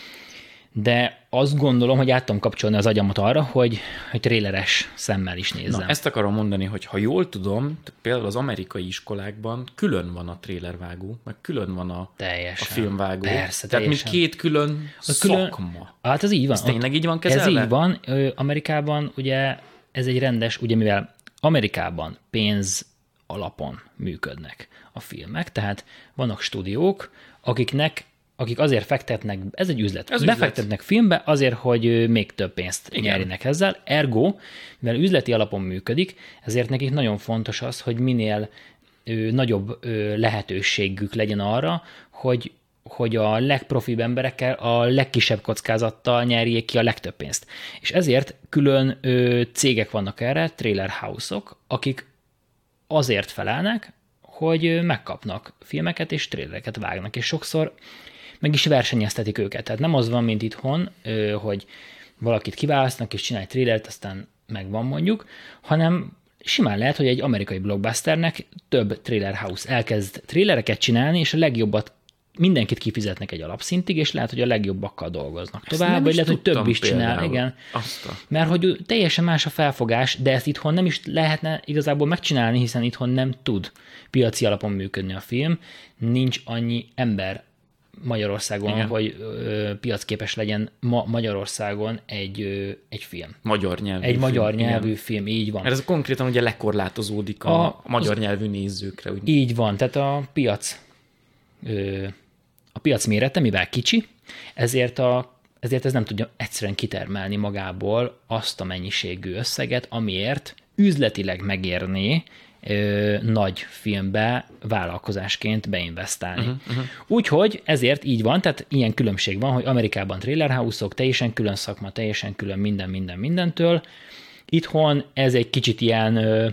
de azt gondolom, hogy át tudom kapcsolni az agyamat arra, hogy, hogy tréleres szemmel is nézzem. Na, ezt akarom mondani, hogy ha jól tudom, például az amerikai iskolákban külön van a trélervágó, meg külön van a, a filmvágó. Persze, tehát mint két külön a külön, szakma. Hát ez így van. Ez tényleg így van kezelve? Ez így van. Amerikában ugye ez egy rendes, ugye mivel Amerikában pénz alapon működnek a filmek, tehát vannak stúdiók, akiknek akik azért fektetnek, ez egy üzlet, ez befektetnek üzlet. filmbe azért, hogy még több pénzt Igen. nyerjenek ezzel. Ergo, mivel üzleti alapon működik, ezért nekik nagyon fontos az, hogy minél ö, nagyobb ö, lehetőségük legyen arra, hogy, hogy a legprofibb emberekkel a legkisebb kockázattal nyerjék ki a legtöbb pénzt. És ezért külön ö, cégek vannak erre, trailer house-ok, akik azért felelnek, hogy megkapnak filmeket és trailereket vágnak, és sokszor meg is versenyeztetik őket. Tehát nem az van, mint itthon, hogy valakit kiválasztnak és csinálj trailert, aztán megvan mondjuk, hanem simán lehet, hogy egy amerikai blockbusternek több trailer house elkezd trailereket csinálni, és a legjobbat mindenkit kifizetnek egy alapszintig, és lehet, hogy a legjobbakkal dolgoznak ezt tovább, vagy lehet, hogy több is csinál. Igen. Aztán. Mert hogy teljesen más a felfogás, de ezt itthon nem is lehetne igazából megcsinálni, hiszen itthon nem tud piaci alapon működni a film, nincs annyi ember Magyarországon, Igen. hogy ö, piacképes legyen ma Magyarországon egy, ö, egy film. Magyar nyelvű Egy film. magyar nyelvű Igen. film, így van. Mert ez konkrétan ugye lekorlátozódik a, a magyar az, nyelvű nézőkre. Úgy. Így van, tehát a piac ö, a piac mérete, mivel kicsi, ezért, a, ezért ez nem tudja egyszerűen kitermelni magából azt a mennyiségű összeget, amiért üzletileg megérné Ö, nagy filmbe vállalkozásként beinvestálni. Uh-huh, uh-huh. Úgyhogy ezért így van, tehát ilyen különbség van, hogy Amerikában trailer house-ok, teljesen külön szakma, teljesen külön minden, minden, mindentől. Itthon ez egy kicsit ilyen... Ö,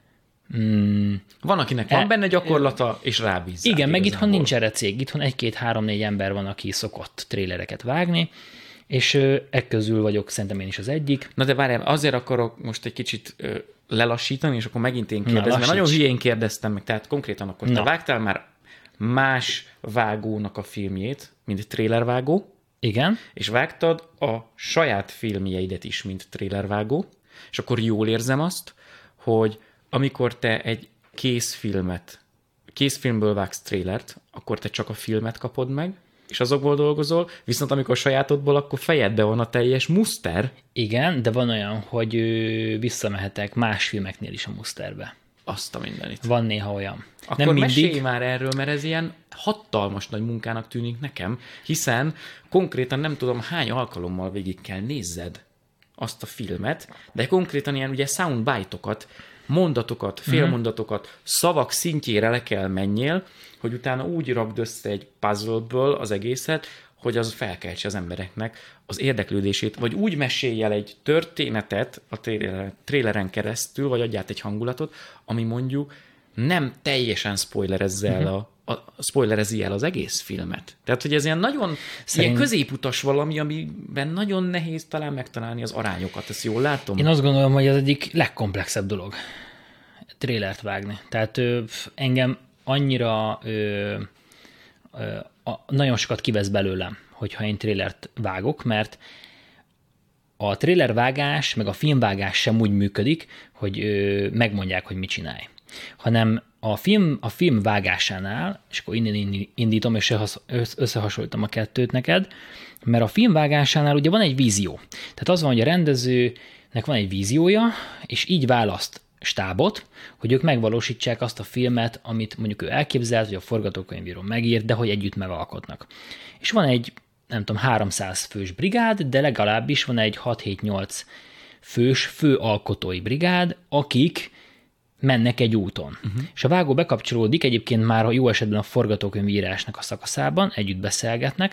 mm, van, akinek van e, benne gyakorlata, és rábízzák. Igen, meg itthon nincs erre cég. Itthon egy-két-három-négy ember van, aki szokott trailereket vágni, és ö, e közül vagyok szerintem én is az egyik. Na de várjál, azért akarok most egy kicsit ö, lelassítani, és akkor megint én kérdezem, mert nagyon hülyén kérdeztem meg, tehát konkrétan akkor Na. te vágtál már más vágónak a filmjét, mint trailervágó. Igen. És vágtad a saját filmjeidet is, mint trailervágó, és akkor jól érzem azt, hogy amikor te egy készfilmet, készfilmből vágsz trailert, akkor te csak a filmet kapod meg, és azokból dolgozol, viszont amikor sajátodból, akkor fejedbe van a teljes muszter. Igen, de van olyan, hogy visszamehetek más filmeknél is a muszterbe. Azt a mindenit. Van néha olyan. Akkor nem mindig. Mesélj már erről, mert ez ilyen hatalmas nagy munkának tűnik nekem, hiszen konkrétan nem tudom hány alkalommal végig kell nézzed azt a filmet, de konkrétan ilyen ugye soundbite-okat, mondatokat, félmondatokat, mm-hmm. szavak szintjére le kell menjél, hogy utána úgy rakd össze egy puzzle-ből az egészet, hogy az felkeltse az embereknek az érdeklődését, vagy úgy mesélj el egy történetet a traileren keresztül, vagy adját egy hangulatot, ami mondjuk nem teljesen spoilerezze el a, a, spoilerezi el az egész filmet. Tehát, hogy ez ilyen nagyon Szerint... ilyen középutas valami, amiben nagyon nehéz talán megtalálni az arányokat. Ezt jól látom? Én azt gondolom, hogy ez egyik legkomplexebb dolog. Trailert vágni. Tehát ö, engem annyira ö, ö, a, nagyon sokat kivesz belőlem, hogyha én trailert vágok, mert a trailervágás, meg a filmvágás sem úgy működik, hogy ö, megmondják, hogy mit csinálj. Hanem a film, a film vágásánál, és akkor innen indítom, és összehasonlítom a kettőt neked, mert a film vágásánál ugye van egy vízió. Tehát az van, hogy a rendezőnek van egy víziója, és így választ stábot, hogy ők megvalósítsák azt a filmet, amit mondjuk ő elképzelt, vagy a forgatókönyvíró megírt, de hogy együtt megalkotnak. És van egy, nem tudom, háromszáz fős brigád, de legalábbis van egy hat-hét-nyolc fős főalkotói brigád, akik mennek egy úton. Uh-huh. És a vágó bekapcsolódik, egyébként már jó esetben a forgatókönyvírásnak a szakaszában, együtt beszélgetnek,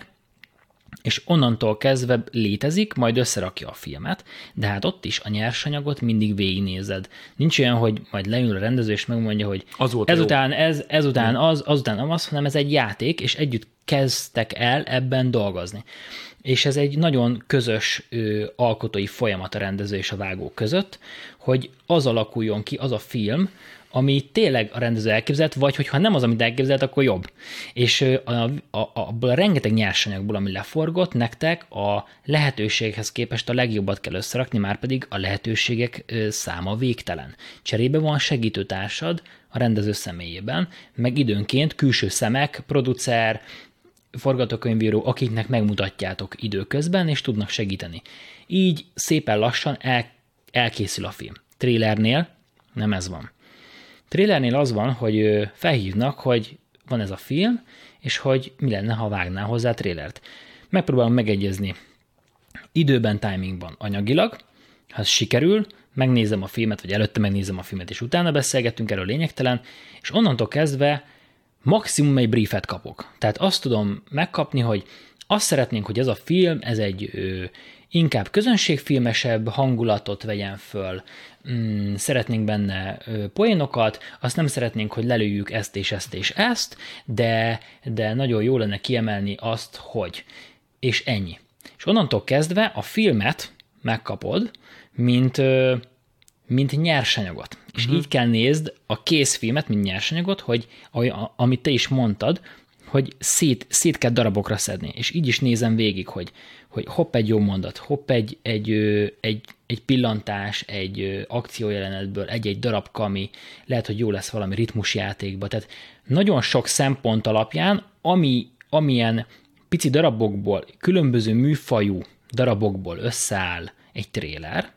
és onnantól kezdve létezik, majd összerakja a filmet, de hát ott is a nyersanyagot mindig végignézed. Nincs olyan, hogy majd leül a rendező, és megmondja, hogy az ezután ez, ezután az, azután az, hanem ez egy játék, és együtt kezdtek el ebben dolgozni. És ez egy nagyon közös ö, alkotói folyamat a rendező és a vágó között, hogy az alakuljon ki, az a film, ami tényleg a rendező elképzelt, vagy hogyha nem az, amit elképzelt, akkor jobb. És a, a, a, abból a rengeteg nyersanyagból, ami leforgott, nektek a lehetőséghez képest a legjobbat kell összerakni, már pedig a lehetőségek száma végtelen. Cserébe van segítőtársad a rendező személyében, meg időnként külső szemek, producer, forgatókönyvíró, akiknek megmutatjátok időközben, és tudnak segíteni. Így szépen lassan el, elkészül a film. Trailernél nem ez van. Trailernél az van, hogy felhívnak, hogy van ez a film, és hogy mi lenne, ha vágnál hozzá trailert. Megpróbálom megegyezni időben, timingban, anyagilag, ha ez sikerül, megnézem a filmet, vagy előtte megnézem a filmet, és utána beszélgetünk, erről lényegtelen, és onnantól kezdve maximum egy briefet kapok. Tehát azt tudom megkapni, hogy azt szeretnénk, hogy ez a film, ez egy ö, inkább közönségfilmesebb hangulatot vegyen föl, mm, szeretnénk benne ö, poénokat, azt nem szeretnénk, hogy lelőjük ezt és ezt és ezt, de, de nagyon jó lenne kiemelni azt, hogy. És ennyi. És onnantól kezdve a filmet megkapod, mint, ö, mint nyersanyagot. És uh-huh. így kell nézd a készfilmet, mint nyersanyagot, hogy amit te is mondtad, hogy szét, szét kell darabokra szedni. És így is nézem végig, hogy, hogy hopp egy jó mondat, hopp egy, egy, egy, egy pillantás, egy akciójelenetből, egy-egy darabka, ami lehet, hogy jó lesz valami ritmusjátékba. Tehát nagyon sok szempont alapján, ami, amilyen pici darabokból, különböző műfajú darabokból összeáll egy tréler,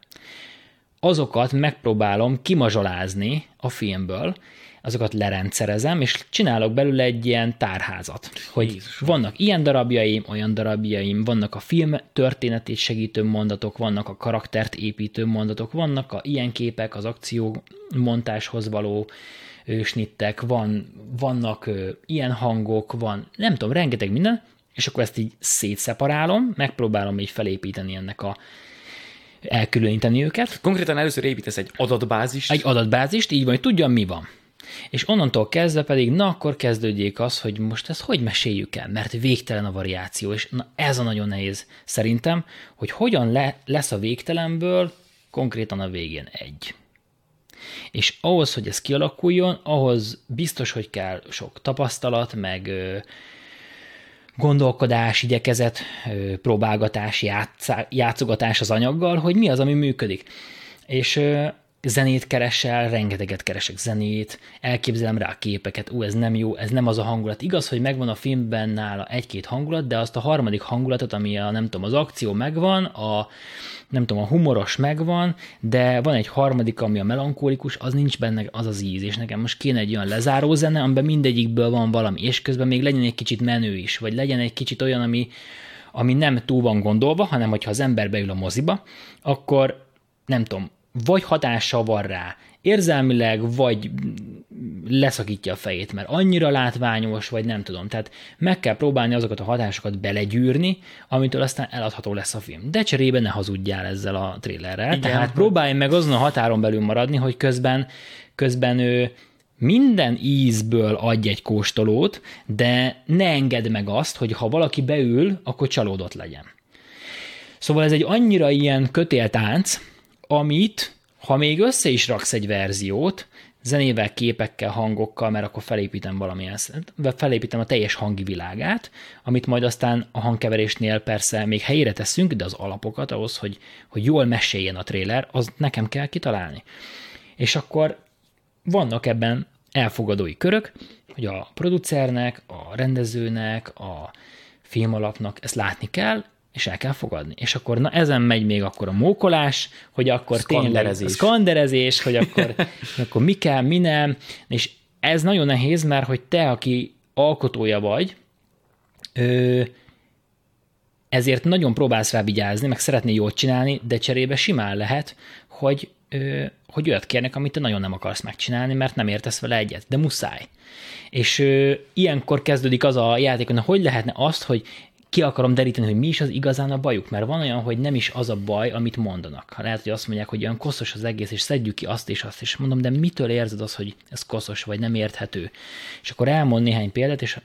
azokat megpróbálom kimazsolázni a filmből, azokat lerendszerezem, és csinálok belőle egy ilyen tárházat, hogy Jézusom. Vannak ilyen darabjaim, olyan darabjaim, vannak a film történetét segítő mondatok, vannak a karaktert építő mondatok, vannak a ilyen képek, az akciómontáshoz való ö, snittek, van, vannak ö, ilyen hangok, van, nem tudom, rengeteg minden, és akkor ezt így szétszeparálom, megpróbálom így felépíteni ennek a elkülöníteni őket. Konkrétan először építesz egy adatbázist. Egy adatbázist, így van, hogy tudjam, mi van. És onnantól kezdve pedig, na akkor kezdődjék az, hogy most ezt hogy meséljük el, mert végtelen a variáció, és na ez a nagyon nehéz szerintem, hogy hogyan le, lesz a végtelenből konkrétan a végén egy. És ahhoz, hogy ez kialakuljon, ahhoz biztos, hogy kell sok tapasztalat, meg ö, gondolkodás, igyekezet, ö, próbálgatás, játszá, játszogatás az anyaggal, hogy mi az, ami működik. És ö, zenét keresel, rengeteget keresek zenét, elképzelem rá a képeket, ú, ez nem jó, ez nem az a hangulat. Igaz, hogy megvan a filmben nála egy-két hangulat, de azt a harmadik hangulatot, ami a, nem tudom, az akció megvan, a, nem tudom, a humoros megvan, de van egy harmadik, ami a melankólikus, az nincs benne az az íz, és nekem most kéne egy olyan lezáró zene, amiben mindegyikből van valami, és közben még legyen egy kicsit menő is, vagy legyen egy kicsit olyan, ami, ami nem túl van gondolva, hanem hogyha az ember beül a moziba, akkor nem tudom, vagy hatással van rá érzelmileg, vagy leszakítja a fejét, mert annyira látványos, vagy nem tudom. Tehát meg kell próbálni azokat a hatásokat belegyűrni, amitől aztán eladható lesz a film. De cserébe ne hazudjál ezzel a trélerrel. Igen. Tehát próbálj meg azon a határon belül maradni, hogy közben, közben ő minden ízből adj egy kóstolót, de ne engedd meg azt, hogy ha valaki beül, akkor csalódott legyen. Szóval ez egy annyira ilyen kötéltánc, amit, ha még össze is raksz egy verziót, zenével, képekkel, hangokkal, mert akkor felépítem valamilyen, felépítem a teljes hangi világát, amit majd aztán a hangkeverésnél persze még helyére teszünk, de az alapokat ahhoz, hogy, hogy jól meséljen a trailer, az nekem kell kitalálni. És akkor vannak ebben elfogadói körök, hogy a producernek, a rendezőnek, a filmalapnak ezt látni kell, és el kell fogadni. És akkor na ezen megy még akkor a mókolás, hogy akkor tényleg a szkanderezés, hogy akkor, akkor mi kell, mi nem, és ez nagyon nehéz, mert hogy te, aki alkotója vagy, ezért nagyon próbálsz rá vigyázni, meg szeretnél jól csinálni, de cserébe simán lehet, hogy, hogy olyat kérnek, amit te nagyon nem akarsz megcsinálni, mert nem értesz vele egyet, de muszáj. És ö, ilyenkor kezdődik az a játék, hogy hogy lehetne azt, hogy ki akarom deríteni, hogy mi is az igazán a bajuk, mert van olyan, hogy nem is az a baj, amit mondanak. Lehet, hogy azt mondják, hogy olyan koszos az egész, és szedjük ki azt és azt, és mondom, de mitől érzed azt, hogy ez koszos, vagy nem érthető? És akkor elmond néhány példát, és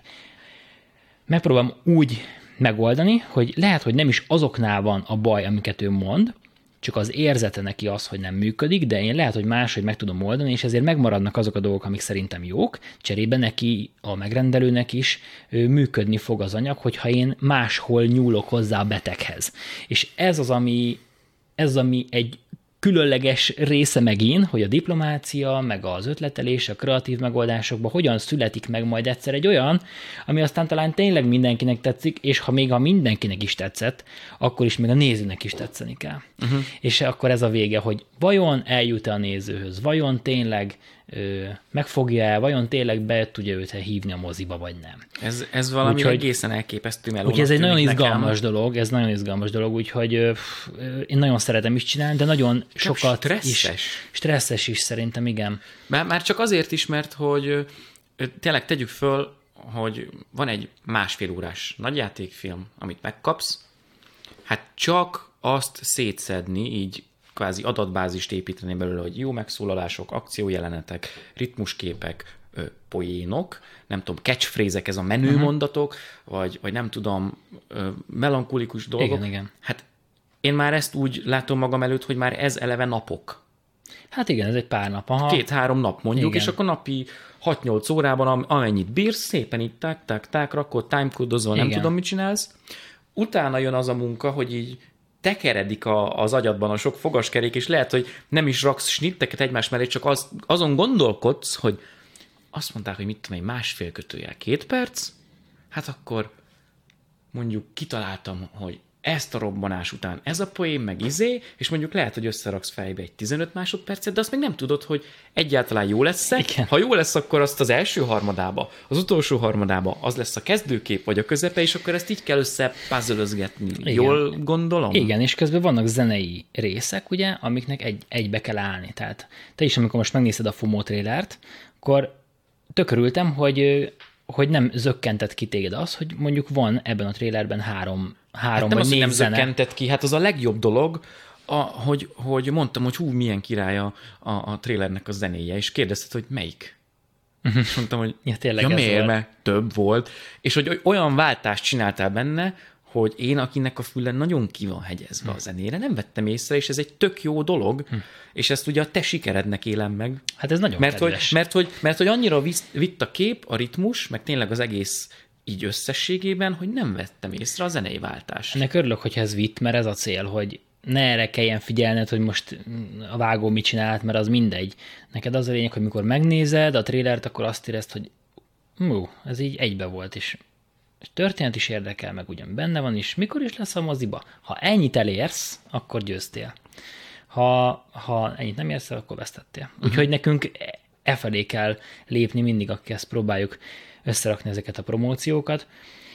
megpróbálom úgy megoldani, hogy lehet, hogy nem is azoknál van a baj, amiket ő mond, csak az érzete neki az, hogy nem működik, de én lehet, hogy máshogy meg tudom oldani, és ezért megmaradnak azok a dolgok, amik szerintem jók, cserébe neki, a megrendelőnek is ő, működni fog az anyag, hogyha én máshol nyúlok hozzá a beteghez. És ez az, ami, ez az, ami egy különleges része megint, hogy a diplomácia, meg az ötletelés, a kreatív megoldásokban hogyan születik meg majd egyszer egy olyan, ami aztán talán tényleg mindenkinek tetszik, és ha még a mindenkinek is tetszett, akkor is még a nézőnek is tetszeni kell. Uh-huh. És akkor ez a vége, hogy vajon eljut-e a nézőhöz, vajon tényleg ö, megfogja-e, vajon tényleg be tudja őt hívni a moziba, vagy nem. Ez, ez valami úgyhogy, egészen elképesztő melónak. Úgyhogy ez egy nagyon izgalmas nekem. dolog, ez nagyon izgalmas dolog, úgyhogy pff, én nagyon szeretem is csinálni, de nagyon csak sokat stresszes. is. Stresszes is szerintem, igen. Már, már csak azért is, mert hogy tényleg tegyük föl, hogy van egy másfél órás nagyjátékfilm, amit megkapsz, hát csak azt szétszedni, így kvázi adatbázist építeni belőle, hogy jó megszólalások, akciójelenetek, ritmusképek, poénok, nem tudom, catchphrase-ek, ez a menőmondatok, uh-huh. vagy, vagy nem tudom, melankolikus dolgok. Igen, igen. Hát én már ezt úgy látom magam előtt, hogy már ez eleve napok. Hát igen, ez egy pár nap. Aha. Két-három nap mondjuk, igen. És akkor napi hat-nyolc órában, amennyit bírsz, szépen itt tak, tak, tak, rakod, timecode-ozol, nem tudom, mit csinálsz. Utána jön az a munka, hogy így tekeredik a, az agyadban a sok fogaskerék, és lehet, hogy nem is raksz snitteket egymás mellé, csak az, azon gondolkodsz, hogy azt mondták, hogy mit tudom, egy másfél kötőjel két perc, hát akkor mondjuk kitaláltam, hogy ezt a robbanás után ez a poém, meg izé, és mondjuk lehet, hogy összeraksz fejbe egy tizenöt másodpercet, de azt még nem tudod, hogy egyáltalán jó lesz-e. Igen. Ha jó lesz, akkor azt az első harmadába, az utolsó harmadába az lesz a kezdőkép, vagy a közepe, és akkor ezt így kell összepuzzle-özgetni. Jól gondolom? Igen, és közben vannak zenei részek, ugye, amiknek egy, egybe kell állni. Tehát te is, amikor most megnézed a FOMO trailert, akkor tökörültem, hogy, hogy nem zökkentett ki téged az, hogy mondjuk van ebben a trailerben három Három hát nem vagy az, négy nem zene. Zökkentett ki, hát az a legjobb dolog, a, hogy, hogy mondtam, hogy hú, milyen király a, a, a trailernek a zenéje, és kérdezted, hogy melyik? Uh-huh. És mondtam, hogy ja, tényleg ja, ez miért, volt. mert több volt, és hogy olyan váltást csináltál benne, hogy én, akinek a füle nagyon ki van hegyezve hmm. a zenére, nem vettem észre, és ez egy tök jó dolog, hmm. és ezt ugye a te sikerednek élem meg. Hát ez nagyon mert kedves. hogy, mert, hogy, mert hogy annyira vitt a kép, a ritmus, meg tényleg az egész így összességében, hogy nem vettem észre a zenei váltást. Ennek örülök, hogy ez vitt, mert ez a cél, hogy ne erre kelljen figyelned, hogy most a vágó mit csinált, mert az mindegy. Neked az a lényeg, hogy mikor megnézed a trélert, akkor azt érezd, hogy mú, ez így egybe volt, és történet is érdekel, meg ugyan benne van is, mikor is lesz a moziba. Ha ennyit elérsz, akkor győztél. Ha, ha ennyit nem érsz el, akkor vesztettél. Uh-huh. Úgyhogy nekünk e felé kell lépni mindig, akik ezt próbáljuk összerakni ezeket a promóciókat.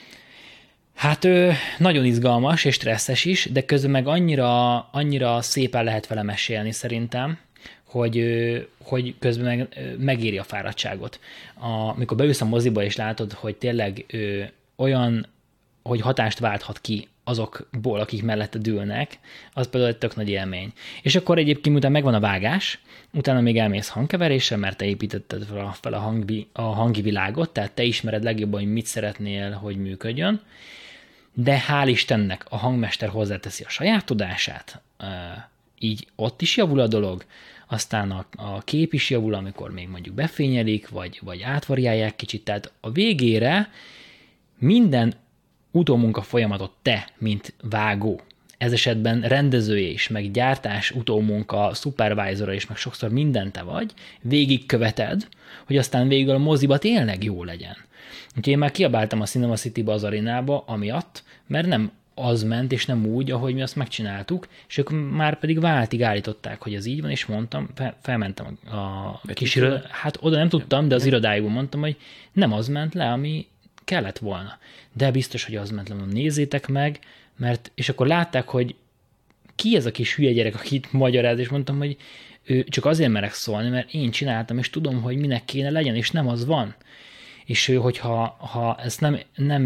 Hát ő nagyon izgalmas és stresszes is, de közben meg annyira, annyira szépen lehet vele mesélni szerintem, hogy, hogy közben meg, megéri a fáradtságot. Amikor beülsz a moziba és látod, hogy tényleg ő, olyan, hogy hatást válthat ki azokból, akik mellette ülnek, az például egy tök nagy élmény. És akkor egyébként utána megvan a vágás, utána még elmész hangkeverésre, mert te építetted fel a, fel a, hangbi, a hangi világot, tehát te ismered legjobban, hogy mit szeretnél, hogy működjön, de hál' Istennek a hangmester hozzáteszi a saját tudását, így ott is javul a dolog, aztán a, a kép is javul, amikor még mondjuk befényelik, vagy, vagy átvariálják kicsit, tehát a végére minden utómunka folyamatot te, mint vágó, ez esetben rendezője is, meg gyártás, utómunka, supervisora is, meg sokszor mindent te vagy, végigköveted, hogy aztán végül a moziba tényleg jó legyen. Úgyhogy én már kiabáltam a Cinema City-ba, az arénába, amiatt, mert nem az ment, és nem úgy, ahogy mi azt megcsináltuk, és ők már pedig váltig állították, hogy ez így van, és mondtam, fel, felmentem a, a kis iroda, hát oda nem tudtam, de az irodájukban mondtam, hogy nem az ment le, ami kellett volna. De biztos, hogy az ment le, mondom, nézzétek meg, mert, és akkor látták, hogy ki ez a kis hülye gyerek, akit magyaráz, és mondtam, hogy ő csak azért merek szólni, mert én csináltam, és tudom, hogy minek kéne legyen, és nem az van. És ő, hogyha ha ez nem, nem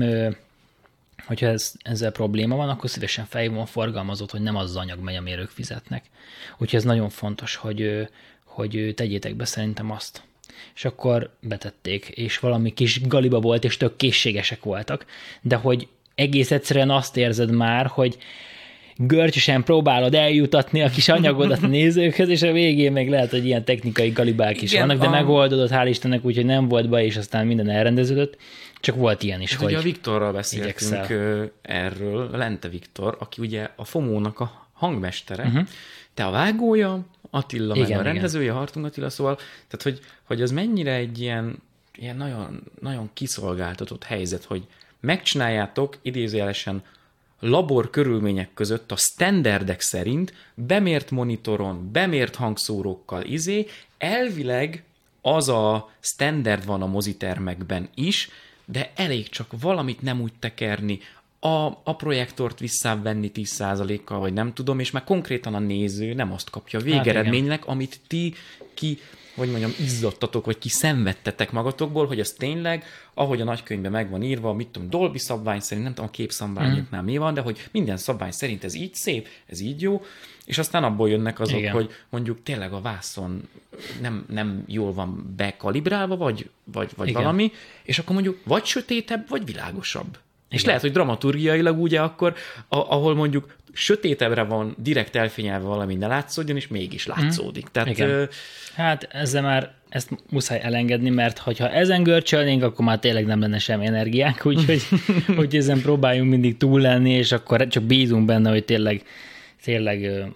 hogyha ez, ezzel probléma van, akkor szívesen felhívom a forgalmazót, hogy nem az az anyag megy, amire ők fizetnek. Úgyhogy ez nagyon fontos, hogy, hogy tegyétek be szerintem azt. És akkor betették, és valami kis galiba volt, és tök készségesek voltak, de hogy egész egyszerűen azt érzed már, hogy görcsösen próbálod eljutatni a kis anyagodat a nézőkhöz, és a végén még lehet, hogy ilyen technikai galibák is igen, vannak, de a... megoldodott, hál' Istennek, úgyhogy nem volt baj, és aztán minden elrendeződött, csak volt ilyen is, hát hogy ugye a Viktorral beszéltünk igyekszel. Erről, Lente Viktor, aki ugye a Fomónak a hangmestere, uh-huh. te a vágója, Attila igen, meg a rendezője, Hartung Attila, szóval, tehát hogy, hogy az mennyire egy ilyen, ilyen nagyon, nagyon kiszolgáltatott helyzet, hogy megcsináljátok idézőjelesen labor körülmények között a standardek szerint bemért monitoron, bemért hangszórókkal izé, elvileg az a standard van a mozitermekben is, de elég csak valamit nem úgy tekerni, a, a projektort visszavenni tíz százalékkal, vagy nem tudom, és már konkrétan a néző nem azt kapja végeredménynek, hát amit ti ki, hogy mondjam, izzadtatok, vagy ki szenvedtetek magatokból, hogy az tényleg, ahogy a nagykönyvben meg van írva, mit tudom, Dolby szabvány szerint, nem tudom, a képszabványoknál mm. mi van, de hogy minden szabvány szerint ez így szép, ez így jó, és aztán abból jönnek azok, igen. hogy mondjuk tényleg a vászon nem, nem jól van bekalibrálva, vagy, vagy, vagy valami, és akkor mondjuk vagy sötétebb, vagy világosabb. És igen. lehet, hogy dramaturgiailag ugye akkor, a, ahol mondjuk sötétebbre van direkt elfényelve valami, ne látszódjon, és mégis látszódik. Hmm. Tehát, ö... Hát ezzel már ezt muszáj elengedni, mert ha ezen görcsölnénk, akkor már tényleg nem lenne semmi energiánk, úgyhogy hogy ezen próbáljunk mindig túl lenni, és akkor csak bízunk benne, hogy tényleg, tényleg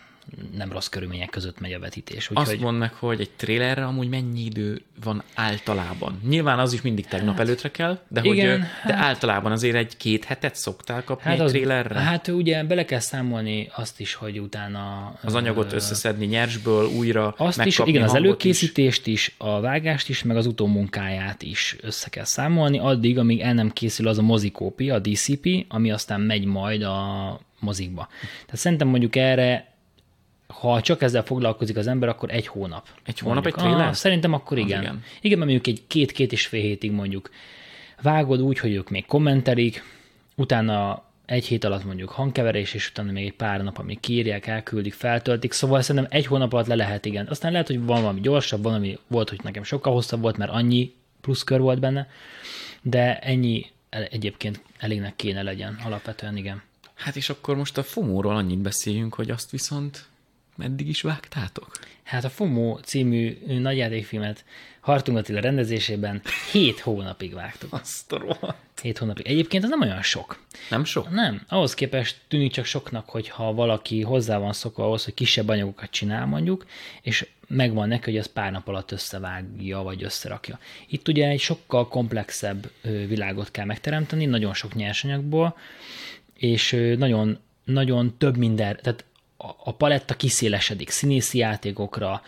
nem rossz körülmények között megy a vetítés. Úgy, Azt hogy... mondd meg, hogy egy trélerre amúgy mennyi idő van általában? Nyilván az is mindig tegnap hát, előtre kell, de, igen, hogy, de hát, általában azért egy-két hetet szoktál kapni hát egy az, trélerre? Hát ugye bele kell számolni azt is, hogy utána... Az anyagot ö, összeszedni nyersből, újra azt is, igen, az előkészítést is. is, a vágást is, meg az utómunkáját is össze kell számolni, addig, amíg el nem készül az a mozikópia, a dé cé pé, ami aztán megy majd a mozikba. Tehát szerintem mondjuk erre ha csak ezzel foglalkozik az ember, akkor egy hónap. Egy hónap mondjuk. Egy tréler? Ah, szerintem akkor igen. igen. Igen, mert mondjuk egy két-két és fél hétig mondjuk vágod úgy, hogy ők még kommentelik, utána egy hét alatt mondjuk hangkeverés, és utána még egy pár nap, amíg kiírják, elküldik, feltöltik, szóval szerintem egy hónap alatt le lehet, igen. Aztán lehet, hogy van valami gyorsabb, van, ami volt, hogy nekem sokkal hosszabb volt, mert annyi pluszkör volt benne, de ennyi egyébként elégnek kéne legyen, alapvetően igen. Hát és akkor most a FOMO-ról annyit beszéljünk, hogy azt viszont meddig is vágtátok? Hát a FOMO című nagyjátékfilmet Hartung Attila rendezésében hét hónapig vágtuk. Azt a rohadt. Hét hónapig. Egyébként az nem olyan sok. Nem sok? Nem. Ahhoz képest tűnik csak soknak, hogyha valaki hozzá van szokva ahhoz, hogy kisebb anyagokat csinál mondjuk, és megvan neki, hogy az pár nap alatt összevágja, vagy összerakja. Itt ugye egy sokkal komplexebb világot kell megteremteni, nagyon sok nyersanyagból, és nagyon, nagyon több minden, tehát a paletta kiszélesedik színészi játékokra,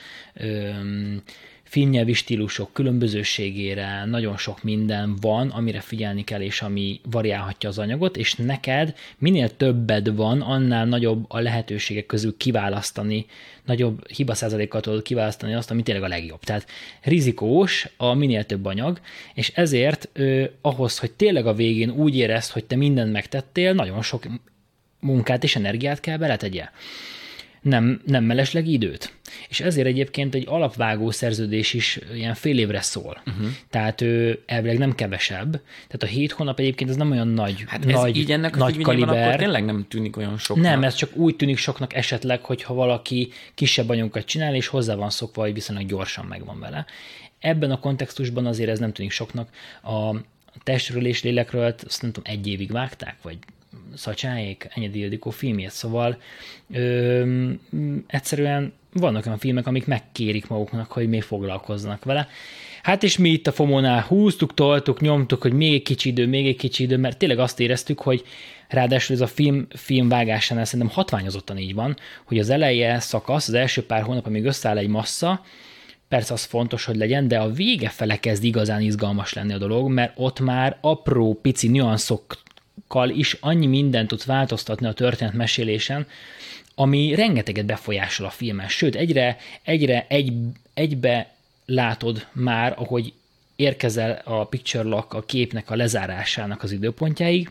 öm, filmnyelvi stílusok különbözőségére, nagyon sok minden van, amire figyelni kell, és ami variálhatja az anyagot, és neked minél többed van, annál nagyobb a lehetőségek közül kiválasztani, nagyobb hibaszázalékkal tudod kiválasztani azt, ami tényleg a legjobb. Tehát rizikós a minél több anyag, és ezért ö, ahhoz, hogy tényleg a végén úgy érezd, hogy te mindent megtettél, nagyon sok munkát és energiát kell beletegyél. nem, nem mellesleg időt. És ezért egyébként egy alapvágó szerződés is ilyen fél évre szól. Uh-huh. Tehát ő elvileg nem kevesebb. Tehát a hét hónap egyébként ez nem olyan nagy, hát nagy, így ennek nagy kaliber. Akkor tényleg nem tűnik olyan soknak. Nem, ez csak úgy tűnik soknak esetleg, hogyha valaki kisebb anyagokat csinál, és hozzá van szokva, hogy viszonylag gyorsan megvan vele. Ebben a kontextusban azért ez nem tűnik soknak. A testről és lélekről azt nem tudom, egy évig vágták, vagy Szatsáék, Enyedi Ildikó filmjét, szóval ö, egyszerűen vannak olyan filmek, amik megkérik maguknak, hogy még foglalkoznak vele. Hát és mi itt a Fomónál húztuk, toltuk, nyomtuk, hogy még egy kicsi idő, még egy kicsi idő, mert tényleg azt éreztük, hogy ráadásul ez a film, film vágásánál szerintem hatványozottan így van, hogy az eleje szakasz, az első pár hónap, amíg összeáll egy massza, persze az fontos, hogy legyen, de a vége fele kezd igazán izgalmas lenni a dolog, mert ott már apró, pici nüanszokkal is annyi mindent tudsz változtatni a történetmesélésen, ami rengeteget befolyásol a filmen. Sőt, egyre, egyre egy, egybe látod már, ahogy érkezel a picture lock, a képnek a lezárásának az időpontjáig,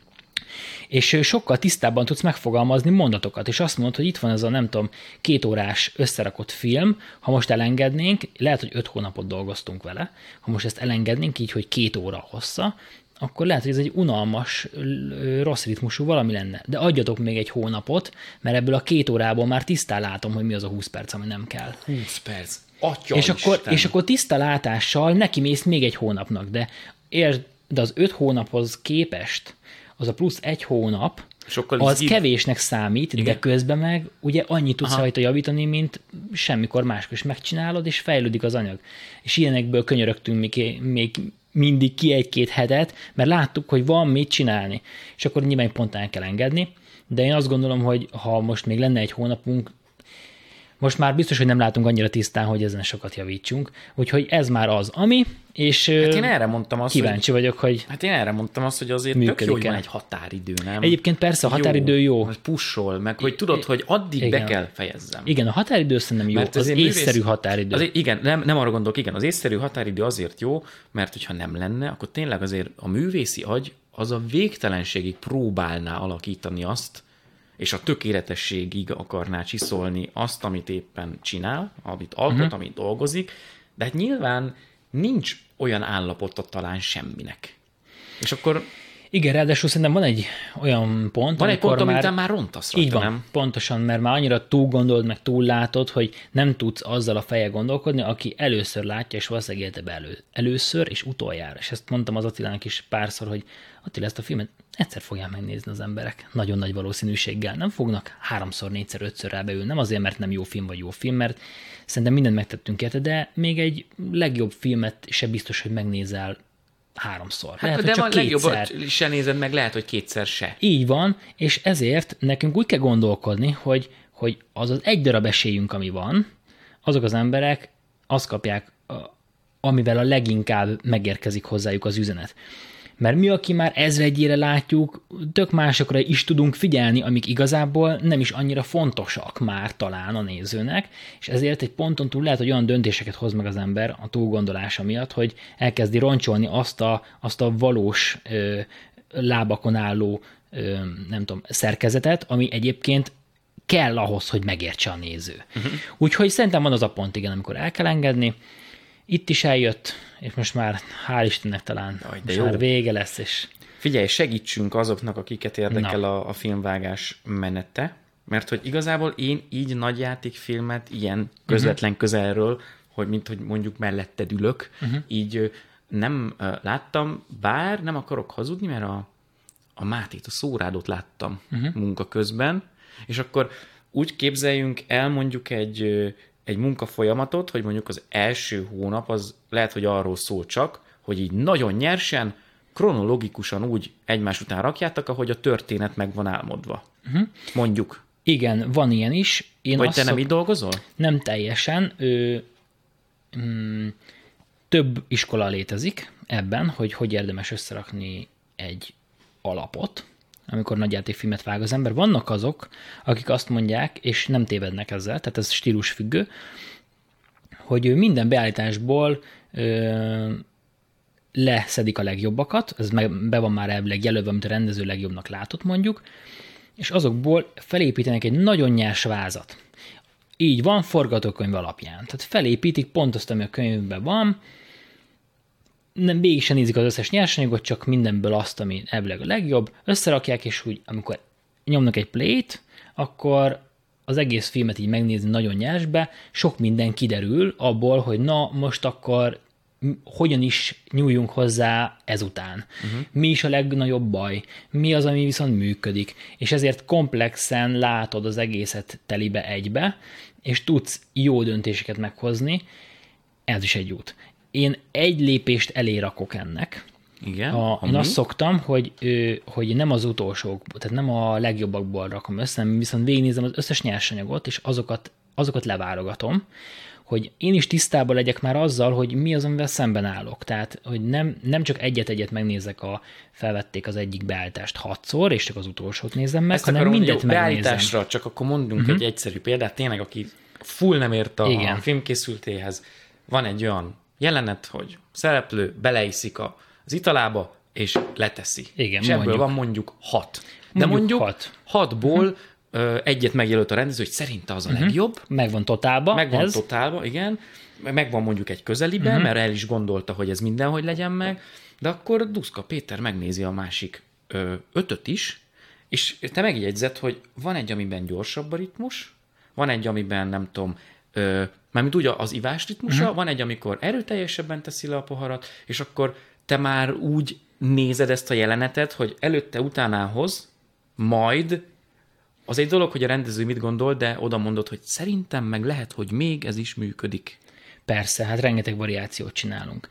és sokkal tisztábban tudsz megfogalmazni mondatokat, és azt mondod, hogy itt van ez a nem tudom, két órás összerakott film, ha most elengednénk, lehet, hogy öt hónapot dolgoztunk vele, ha most ezt elengednénk így, hogy két óra hossza, akkor lehet, hogy ez egy unalmas, rossz ritmusú valami lenne. De adjatok még egy hónapot, mert ebből a két órából már tisztán látom, hogy mi az a húsz perc, ami nem kell. húsz perc. Atya és, akkor, és akkor tiszta látással neki mész még egy hónapnak, de, érd, de az öt hónaphoz képest az a plusz egy hónap, sokkal az izgib... kevésnek számít, igen. De közben meg ugye annyit tudsz rajta javítani, mint semmikor máskor is megcsinálod, és fejlődik az anyag. És ilyenekből könyörögtünk még, még mindig ki egy-két hetet, mert láttuk, hogy van mit csinálni. És akkor nyilván pont el kell engedni, de én azt gondolom, hogy ha most még lenne egy hónapunk, most már biztos, hogy nem látunk annyira tisztán, hogy ezen sokat javítsunk. Úgyhogy ez már az, ami, és hát én erre mondtam azt, kíváncsi hogy, vagyok, hogy hát én erre mondtam azt, hogy azért tök jó, hogy van egy határidő, nem? Egyébként persze a határidő jó. jó. Hogy pushol, meg hogy tudod, hogy addig igen. be kell fejezzem. Igen, a határidő szerintem jó, mert az észszerű művész, határidő. Az, igen, nem, nem arra gondolok, igen, az észszerű határidő azért jó, mert hogyha nem lenne, akkor tényleg azért a művészi agy az a végtelenségig próbálná alakítani azt, és a tökéletességig akarná csiszolni azt, amit éppen csinál, amit alkot, uh-huh. amit dolgozik, de hát nyilván nincs olyan állapota talán semminek. És akkor... Igen, ráadásul szerintem van egy olyan pont, van egy pont, már... amit már rontasz rajta, így van, nem? pontosan, mert már annyira túl gondolod, meg túl látod, hogy nem tudsz azzal a feje gondolkodni, aki először látja, és valószínűleg életebe elő, először és utoljára. És ezt mondtam az Attilának is párszor, hogy Attila, ezt a filmet egyszer fogják megnézni az emberek. Nagyon nagy valószínűséggel. Nem fognak háromszor, négyszer, ötször rábeülni. Nem azért, mert nem jó film vagy jó film, mert szerintem mindent megtettünk érte, de még egy legjobb filmet se biztos, hogy megnézel háromszor. Hát, lehet, de csak van legjobbat se nézed meg, lehet, hogy kétszer se. Így van, és ezért nekünk úgy kell gondolkodni, hogy, hogy az az egy darab esélyünk, ami van, azok az emberek azt kapják, amivel a leginkább megérkezik hozzájuk az üzenet. Mert mi, aki már ezredjére látjuk, tök másokra is tudunk figyelni, amik igazából nem is annyira fontosak már talán a nézőnek, és ezért egy ponton túl lehet, hogy olyan döntéseket hoz meg az ember a túlgondolása miatt, hogy elkezdi roncsolni azt a, azt a valós ö, lábakon álló ö, nem tudom, szerkezetet, ami egyébként kell ahhoz, hogy megértse a néző. Uh-huh. Úgyhogy szerintem van az a pont, igen, amikor el kell engedni. Itt is eljött, és most már hál' Istennek talán Jaj, de jó. Már vége lesz. És... Figyelj, segítsünk azoknak, akiket érdekel a, a filmvágás menete, mert hogy igazából én így nagyjátékfilmet ilyen közvetlen uh-huh. közelről, hogy mint hogy mondjuk melletted ülök, uh-huh. így nem uh, láttam, bár nem akarok hazudni, mert a, a Mátét, a Szórádot láttam uh-huh. munka közben, és akkor úgy képzeljünk el mondjuk egy... egy munkafolyamatot, hogy mondjuk az első hónap az lehet, hogy arról szól csak, hogy így nagyon nyersen, kronológikusan úgy egymás után rakjátok, ahogy a történet meg van álmodva. Uh-huh. Mondjuk. Igen, van ilyen is. Én Vagy te szok... nem így dolgozol? Nem teljesen. Ö, mm, több iskola létezik ebben, hogy hogy érdemes összerakni egy alapot, amikor nagyjátékfilmet vág az ember. Vannak azok, akik azt mondják, és nem tévednek ezzel, tehát ez stílusfüggő, hogy minden beállításból ö, leszedik a legjobbakat, ez meg, be van már elvileg jelölve, amit a rendező legjobbnak látott mondjuk, és azokból felépítenek egy nagyon nyers vázat. Így van forgatókönyv alapján. Tehát felépítik pont azt, ami a könyvben van, nem végig sem nézik az összes nyersanyagot, csak mindenből azt, ami elvileg a legjobb, összerakják, és úgy, amikor nyomnak egy play-t, akkor az egész filmet így megnézni nagyon nyersbe, sok minden kiderül abból, hogy na, most akkor hogyan is nyúljunk hozzá ezután. Uh-huh. Mi is a legnagyobb baj? Mi az, ami viszont működik? És ezért komplexen látod az egészet telibe egybe, és tudsz jó döntéseket meghozni. Ez is egy út. Én egy lépést elé rakok ennek. Igen. A, én azt szoktam, hogy, hogy nem az utolsók, tehát nem a legjobbakból rakom össze, hanem viszont végignézem az összes nyersanyagot, és azokat, azokat leválogatom, hogy én is tisztában legyek már azzal, hogy mi az, amivel szemben állok. Tehát, hogy nem, nem csak egyet-egyet megnézek, a felvették az egyik beállítást hatszor, és csak az utolsót nézem meg, ezt hanem akarom, mindet mondani, megnézem. Beállításra csak akkor mondunk uh-huh. egy egyszerű példát, tényleg, aki full nem ért a, a filmkészültéhez, van egy olyan jelenet, hogy szereplő beleiszik a, az italába, és leteszi. Igen, és ebből mondjuk. van mondjuk hat. De Mondjuk mondjuk hat. hatból uh-huh. ö, egyet megjelölt a rendező, hogy szerinte az a uh-huh. legjobb. Megvan totálba. Megvan ez. totálba, igen. Megvan mondjuk egy közeliben, uh-huh. mert el is gondolta, hogy ez mindenhogy legyen meg, de akkor Duszka Péter megnézi a másik ö, ötöt is, és te megjegyzed, hogy van egy, amiben gyorsabb a ritmus, van egy, amiben nem tudom, ö, mármint úgy az ivás ritmusa, uh-huh. van egy, amikor erőteljesebben teszi le a poharat, és akkor te már úgy nézed ezt a jelenetet, hogy előtte utánához, majd az egy dolog, hogy a rendező mit gondol, de oda mondod, hogy szerintem meg lehet, hogy még ez is működik. Persze, hát rengeteg variációt csinálunk.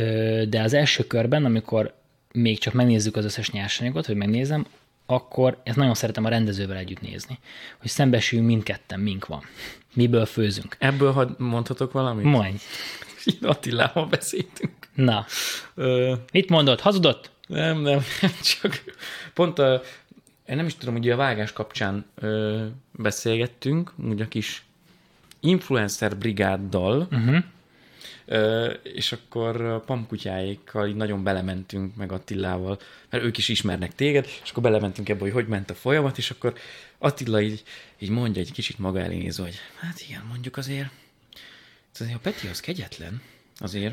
De az első körben, amikor még csak megnézzük az összes nyersanyagot, hogy megnézem, akkor ezt nagyon szeretem a rendezővel együtt nézni, hogy szembesüljünk mindketten, mink van. Miből főzünk. Ebből ha mondhatok valamit? Mondj. Attilával beszéltünk. Na. Ö... Mit mondott? Hazudott? Nem, nem, csak pont a, én nem is tudom, hogy a vágás kapcsán ö, beszélgettünk, úgy a kis influencer brigáddal, uh-huh. ö, és akkor Pamkutyáékkal így nagyon belementünk, meg Attilával, mert ők is ismernek téged, és akkor belementünk ebbe, hogy hogy ment a folyamat, és akkor Attila így, így mondja egy kicsit maga elé nézve, hogy hát igen, mondjuk azért, azért a Peti az kegyetlen, azért,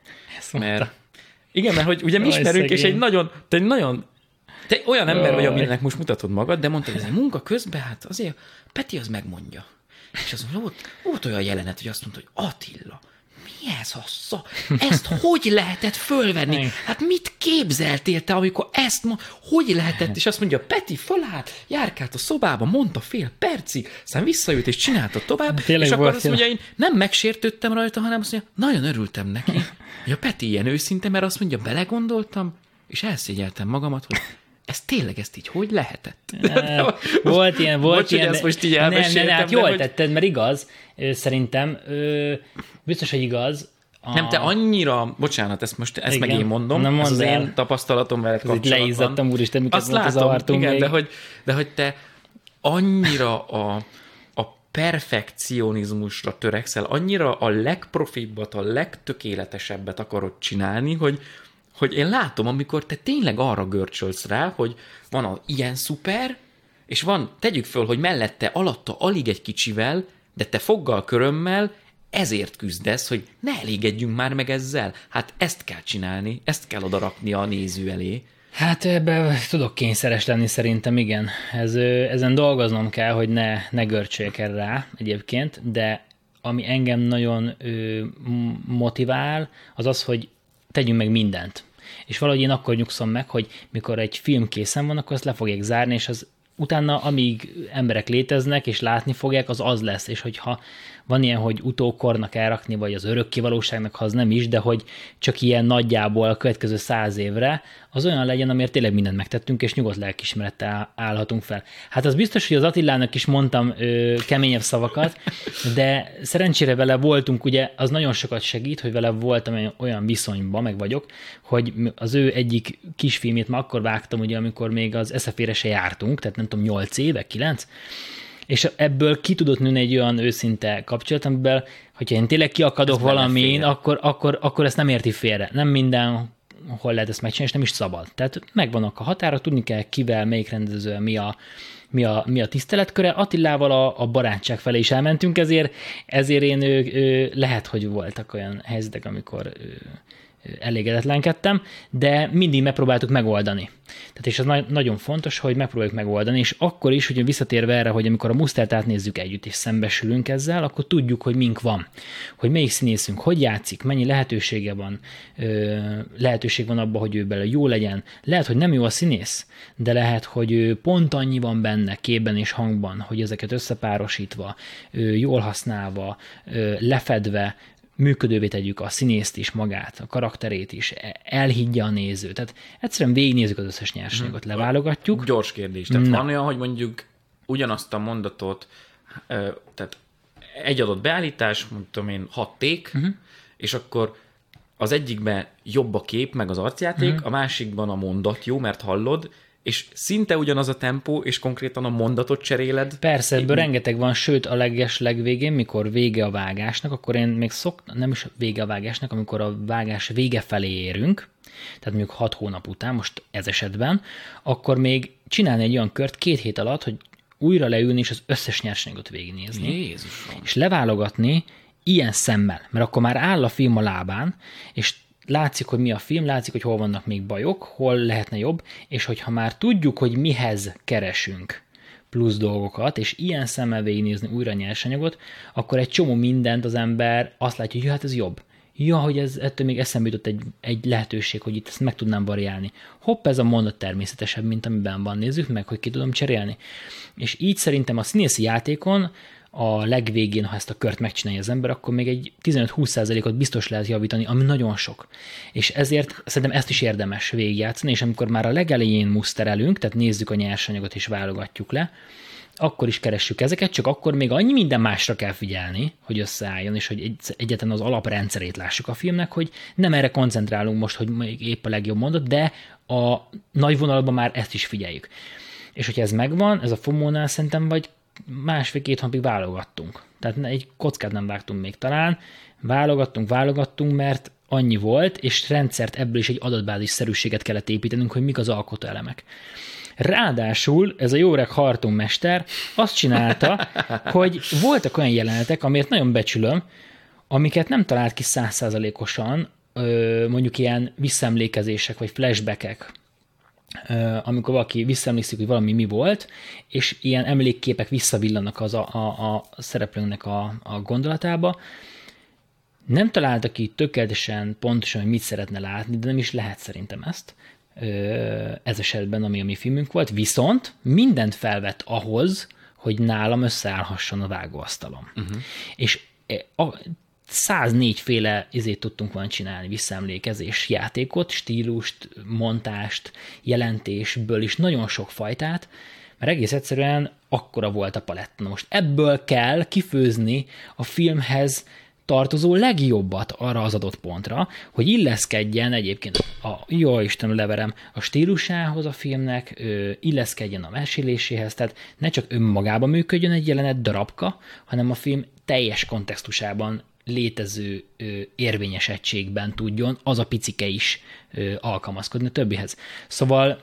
mert igen, mert hogy ugye mi ismerünk, és egy nagyon, te egy nagyon, te olyan ember vagy, aminek most mutatod magad, de mondtad, hogy ez egy munka közben, hát azért Peti az megmondja. És az volt, volt olyan jelenet, hogy azt mondta, hogy Attila, mi ez a szó? Ezt hogy lehetett fölvenni? Hát mit képzeltél te, amikor ezt ma, hogy lehetett? És azt mondja, Peti fölállt, járkált a szobába, mondta fél percig, aztán visszajött és csinálta tovább, tényleg és akkor azt mondja, én nem megsértődtem rajta, hanem azt mondja, nagyon örültem neki, hogy a Peti ilyen őszinte, mert azt mondja, belegondoltam, és elszégyeltem magamat, hogy ez tényleg ezt így hogy lehetett? E, volt ilyen, volt bocs, ilyen. Hogy ezt most így nem, nem, nem, hát jól hogy... tetted, mert igaz, szerintem, biztos, hogy igaz. A... Nem, te annyira, bocsánat, ezt most ezt meg én mondom, nem ez az el. Én tapasztalatom veled kapcsolatban. Leizzadtam, úristen, miket azt látom, zavartunk igen, még. De hogy, de hogy te annyira a, a perfekcionizmusra törekszel, annyira a legprofibbat, a legtökéletesebbet akarod csinálni, hogy hogy én látom, amikor te tényleg arra görcsölsz rá, hogy van a ilyen szuper, és van, tegyük föl, hogy mellette, alatta alig egy kicsivel, de te foggal, körömmel ezért küzdesz, hogy ne elégedjünk már meg ezzel. Hát ezt kell csinálni, ezt kell odarakni a néző elé. Hát ebben tudok kényszeres lenni szerintem, igen. Ez, ezen dolgoznom kell, hogy ne, ne görcsöljek erre rá egyébként, de ami engem nagyon ö, motivál, az az, hogy tegyünk meg mindent. És valahogy én akkor nyugszom meg, hogy mikor egy film készen van, akkor azt le fogják zárni, és az utána, amíg emberek léteznek, és látni fogják, az az lesz. És hogyha van ilyen, hogy utókornak elrakni, vagy az örökkivalóságnak, ha az nem is, de hogy csak ilyen nagyjából a következő száz évre, az olyan legyen, amiért tényleg mindent megtettünk, és nyugodt lelkiismerettel állhatunk fel. Hát az biztos, hogy az Attilának is mondtam ö, keményebb szavakat, de szerencsére vele voltunk, ugye az nagyon sokat segít, hogy vele voltam olyan viszonyban, meg vagyok, hogy az ő egyik kisfilmét már akkor vágtam, ugye, amikor még az eszefére se jártunk, tehát nem tudom, nyolc éve, kilenc, és ebből ki tudott nőni egy olyan őszinte kapcsolat, amiben, hogyha én tényleg kiakadok valamin, akkor, akkor, akkor ezt nem érti félre. Nem minden hol lehet ezt megcsinálni, és nem is szabad. Tehát megvannak a határok, tudni kell kivel, melyik rendezővel mi a, mi a, mi a tiszteletköre. Attilával a, a barátság felé is elmentünk, ezért, ezért én ő, ő, lehet, hogy voltak olyan helyzetek, amikor ő, elégedetlenkedtem, de mindig megpróbáltuk megoldani. Tehát és ez na- nagyon fontos, hogy megpróbáljuk megoldani, és akkor is, hogy visszatérve erre, hogy amikor a mustert átnézzük együtt, és szembesülünk ezzel, akkor tudjuk, hogy mink van. Hogy melyik színészünk, hogy játszik, mennyi lehetősége van, ö, lehetőség van abban, hogy ő bele jó legyen. Lehet, hogy nem jó a színész, de lehet, hogy ő pont annyi van benne képben és hangban, hogy ezeket összepárosítva, ö, jól használva, ö, lefedve, működővé tegyük a színészt is magát, a karakterét is, elhiggye a néző. Tehát egyszerűen végignézzük az összes nyersanyagot, leválogatjuk. Gyors kérdés. Tehát Na. van olyan, hogy mondjuk ugyanazt a mondatot, tehát egy adott beállítás, mondtam én, hat ték, uh-huh. és akkor az egyikben jobb a kép, meg az arcjáték, uh-huh. a másikban a mondat jó, mert hallod, és szinte ugyanaz a tempó, és konkrétan a mondatot cseréled. Persze, ebből én... rengeteg van, sőt a leges legvégén, mikor vége a vágásnak, akkor én még szoktam, nem is vége a vágásnak, amikor a vágás vége felé érünk, tehát mondjuk hat hónap után, most ez esetben, akkor még csinálni egy olyan kört két hét alatt, hogy újra leülni, és az összes nyersanyagot végignézni. Jézusom. És leválogatni ilyen szemmel, mert akkor már áll a film a lábán, és látszik, hogy mi a film, látszik, hogy hol vannak még bajok, hol lehetne jobb, és hogyha már tudjuk, hogy mihez keresünk plusz dolgokat, és ilyen szemmel végignézni újra nyersanyagot, akkor egy csomó mindent az ember azt látja, hogy hát ez jobb. Ja, hogy ez, ettől még eszembe jutott egy, egy lehetőség, hogy itt ezt meg tudnám variálni. Hopp, ez a mondat természetesebb, mint amiben van, nézzük meg, hogy ki tudom cserélni. És így szerintem a színészi játékon a legvégén, ha ezt a kört megcsinálja az ember, akkor még egy tizenöt-húsz százalékot biztos lehet javítani, ami nagyon sok. És ezért szerintem ezt is érdemes végigjátszani, és amikor már a legelején muszterelünk, tehát nézzük a nyersanyagot és válogatjuk le, akkor is keressük ezeket, csak akkor még annyi minden másra kell figyelni, hogy összeálljon, és hogy egy, egyetlen az alaprendszerét lássuk a filmnek, hogy nem erre koncentrálunk most, hogy épp a legjobb mondat, de a nagy vonalban már ezt is figyeljük. És hogyha ez megvan, ez a FOMO-nál szerintem vagy másfél-két hónapig válogattunk. Tehát egy kockát nem vágtunk még talán, válogattunk, válogattunk, mert annyi volt, és rendszert ebből is egy adatbázis szerűséget kellett építenünk, hogy mik az alkotóelemek. Ráadásul ez a jó öreg Hartung mester azt csinálta, hogy voltak olyan jelenetek, amiért nagyon becsülöm, amiket nem talált ki száz százalékosan, mondjuk ilyen visszaemlékezések, vagy flashbackek, amikor valaki visszaemlékszik, hogy valami mi volt, és ilyen emlékképek visszavillanak az a, a, a szereplőnknek a, a gondolatába. Nem találta ki tökéletesen pontosan, hogy mit szeretne látni, de nem is lehet szerintem ezt. Ez esetben, ami a mi filmünk volt, viszont mindent felvett ahhoz, hogy nálam összeállhasson a vágóasztalom. Uh-huh. És a, száznégy féle izét tudtunk volna csinálni, visszaemlékezés, játékot, stílust, montást, jelentésből is nagyon sok fajtát, mert egész egyszerűen akkora volt a paletta. Na most ebből kell kifőzni a filmhez tartozó legjobbat arra az adott pontra, hogy illeszkedjen egyébként a, jó Isten leverem, a stílusához a filmnek, illeszkedjen a meséléséhez, tehát ne csak önmagában működjön egy jelenet darabka, hanem a film teljes kontextusában létező ö, érvényes egységben tudjon az a picike is ö, alkalmazkodni a többihez. Szóval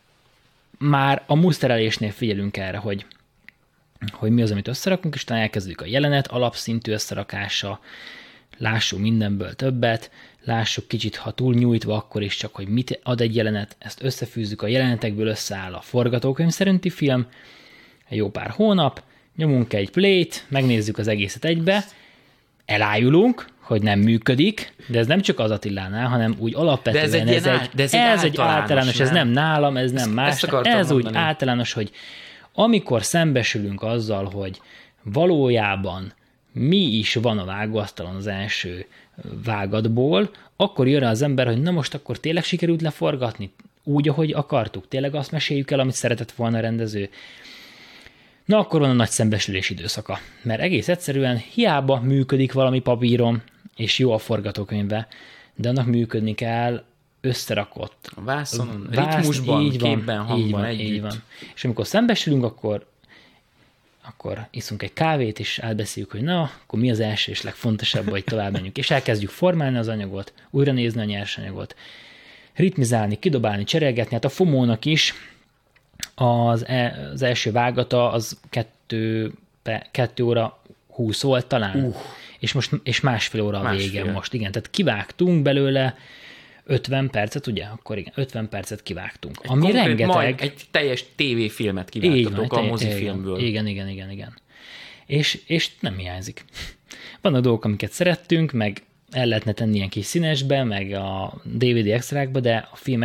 már a muszterelésnél figyelünk erre, hogy, hogy mi az, amit összerakunk, és talán elkezdjük a jelenet alapszintű összerakása, lássuk mindenből többet, lássuk kicsit, ha túl nyújtva, akkor is csak, hogy mit ad egy jelenet, ezt összefűzzük, a jelenetekből összeáll a forgatókönyv szerinti film, egy jó pár hónap, nyomunk egy play-t, megnézzük az egészet egybe, elájulunk, hogy nem működik, de ez nem csak az Attilánál, hanem úgy alapvetően de ez egy, ez egy, de ez egy, ez egy általános, általános, nem? Ez nem nálam, ez nem más, ez mondani. Úgy általános, hogy amikor szembesülünk azzal, hogy valójában mi is van a vágóasztalon az első vágatból, akkor jön rá az ember, hogy na most akkor tényleg sikerült leforgatni, úgy, ahogy akartuk, tényleg azt meséljük el, amit szeretett volna a rendező. Na, akkor van a nagy szembesülés időszaka, mert egész egyszerűen hiába működik valami papíron, és jó a forgatókönyve, de annak működni kell összerakott. A vászon, ritmusban, így van, képben, hangban így van, együtt. Így van. És amikor szembesülünk, akkor, akkor iszunk egy kávét, és átbeszéljük, hogy na, akkor mi az első és legfontosabb, hogy tovább menjünk. És elkezdjük formálni az anyagot, újra nézni a nyersanyagot. ritmizálni, kidobálni, cserélgetni. Hát a FOMO-nak is az, e, az első vágata az kettő, kettő óra húsz volt talán, uh. és most és másfél óra a vége most. Igen, tehát kivágtunk belőle ötven percet, ugye? Akkor igen, ötven percet kivágtunk. Egy ami rengeteg... Majd egy teljes tévéfilmet kivágtatok a mozifilmből. Igen, igen, igen, igen. És, és nem hiányzik. Vannak dolgok, amiket szerettünk, meg el lehetne tenni ilyen kis színesbe, meg a dé vé dé extrákba, de a film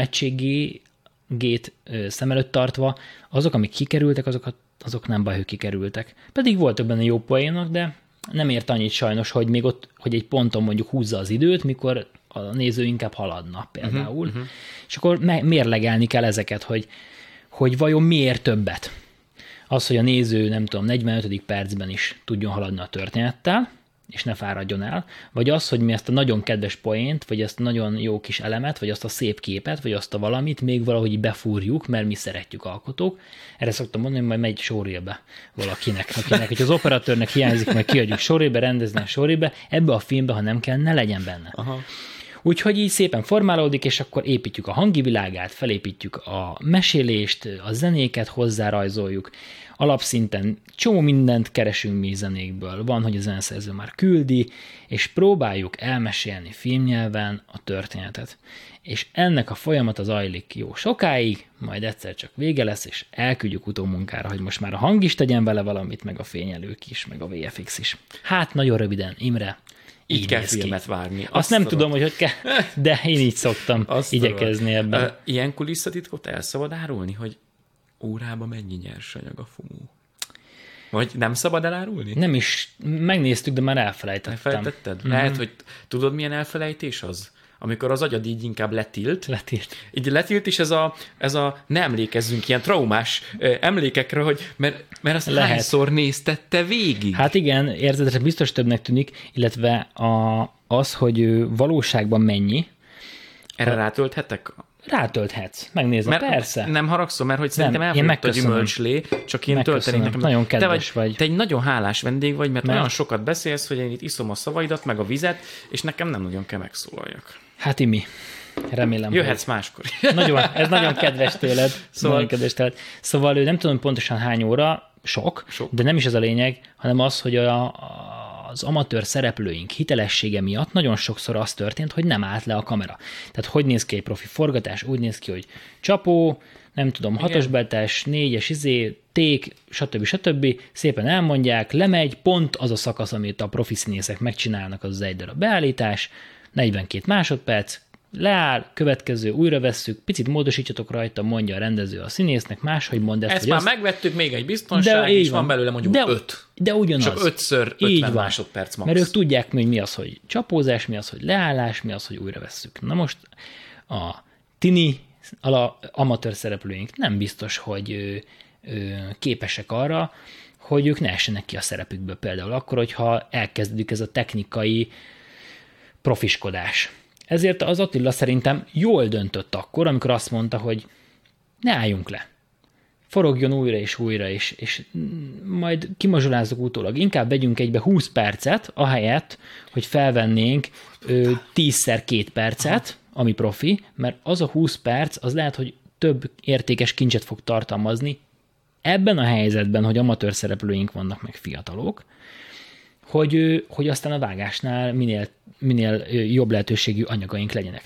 egységét szem előtt tartva, azok, amik kikerültek, azok, azok nem baj, hogy kikerültek. Pedig voltak benne jó poénok, de nem ért annyit sajnos, hogy még ott, hogy egy ponton mondjuk húzza az időt, mikor a néző inkább haladna például. Uh-huh, uh-huh. És akkor mérlegelni kell ezeket, hogy, hogy vajon miért többet. Az, hogy a néző, nem tudom, negyvenötödik percben is tudjon haladni a történettel, és ne fáradjon el, vagy az, hogy mi ezt a nagyon kedves poént, vagy ezt a nagyon jó kis elemet, vagy azt a szép képet, vagy azt a valamit még valahogy befúrjuk, mert mi szeretjük alkotók. Erre szoktam mondani, hogy majd megy sorrélbe valakinek, akinek, hogy az operatőrnek hiányzik, majd kiadjuk sorrélbe, rendezni a sorrélbe, ebbe a filmbe, ha nem kell, ne legyen benne. Aha. Úgyhogy így szépen formálódik, és akkor építjük a hangi világát, felépítjük a mesélést, a zenéket hozzárajzoljuk. Alapszinten csomó mindent keresünk mi zenékből. Van, hogy a zeneszerző már küldi, és próbáljuk elmesélni filmnyelven a történetet. És ennek a folyamata zajlik jó sokáig, majd egyszer csak vége lesz, és elküldjük utómunkára, hogy most már a hang is tegyen vele valamit, meg a fényelők is, meg a vé ef iksz is. Hát nagyon röviden, Imre, így, így kell filmet ki. Várni. Azt, Azt nem tudom, tudom, hogy hogy kell, de én így szoktam Azt igyekezni tudom. Ebben. Ilyen kulisszatitkot el szabad árulni, hogy órába mennyi nyersanyag a fumó? Vagy nem szabad elárulni? Nem is. Megnéztük, de már elfelejtettem. Elfelejtetted? Mm-hmm. Lehet, hogy tudod, milyen elfelejtés az? Amikor az agyad így inkább letilt. Letilt. Így letilt, és ez a, ez a ne emlékezzünk ilyen traumás emlékekre, hogy mert, mert azt Lehet. hányszor néztette végig? Hát igen, érzetre biztos többnek tűnik, illetve a, az, hogy valóságban mennyi. Erre a... rátölthetek? Rátölthetsz, megnézem, mert persze. Nem haragszom, mert hogy szerintem elfogyott a gyümölcslé, csak én töltenék nekem. Nagyon kedves te vagy, vagy. Te egy nagyon hálás vendég vagy, mert, mert olyan sokat beszélsz, hogy én itt iszom a szavaidat, meg a vizet, és nekem nem nagyon kell megszólaljak. Hát Imi, remélem. Jöhetsz hogy... máskor. Nagyon, ez nagyon kedves tőled. Szóval... Nagyon kedves tőled. Szóval ő nem tudom pontosan hány óra, sok, sok, de nem is ez a lényeg, hanem az, hogy a, a az amatőr szereplőink hitelessége miatt nagyon sokszor az történt, hogy nem állt le a kamera. Tehát hogy néz ki egy profi forgatás? Úgy néz ki, hogy csapó, nem tudom, hatosbeltes, négyes izé, ték, stb. stb. Szépen elmondják, lemegy, pont az a szakasz, amit a profi színészek megcsinálnak, az, az egy darab beállítás, negyvenkét másodperc, leáll, következő, újra vesszük, picit módosítjatok rajta, mondja a rendező a színésznek, máshogy mond ezt. Ezt már ezt... megvettük, még egy biztonság, és van. van belőle mondjuk de, öt. De ugyanaz. Csak ötször ötven másodperc max. Mert ők tudják, hogy mi az, hogy csapózás, mi az, hogy leállás, mi az, hogy újra vesszük. Na most a tini, a amatőr szereplőink nem biztos, hogy ö, ö, képesek arra, hogy ők ne essenek ki a szerepükből például akkor, hogyha elkezdődik ez a technikai profiskodás. Ezért az Attila szerintem jól döntött akkor, amikor azt mondta, hogy ne álljunk le. Forogjon újra és újra, és, és majd kimazsolázzuk utólag. Inkább vegyünk egybe húsz percet, ahelyett, hogy felvennénk ö, tízszer két percet, ami profi, mert az a húsz perc, az lehet, hogy több értékes kincset fog tartalmazni ebben a helyzetben, hogy amatőr szereplőink vannak, meg fiatalok, hogy, hogy aztán a vágásnál minél, minél jobb lehetőségű anyagaink legyenek.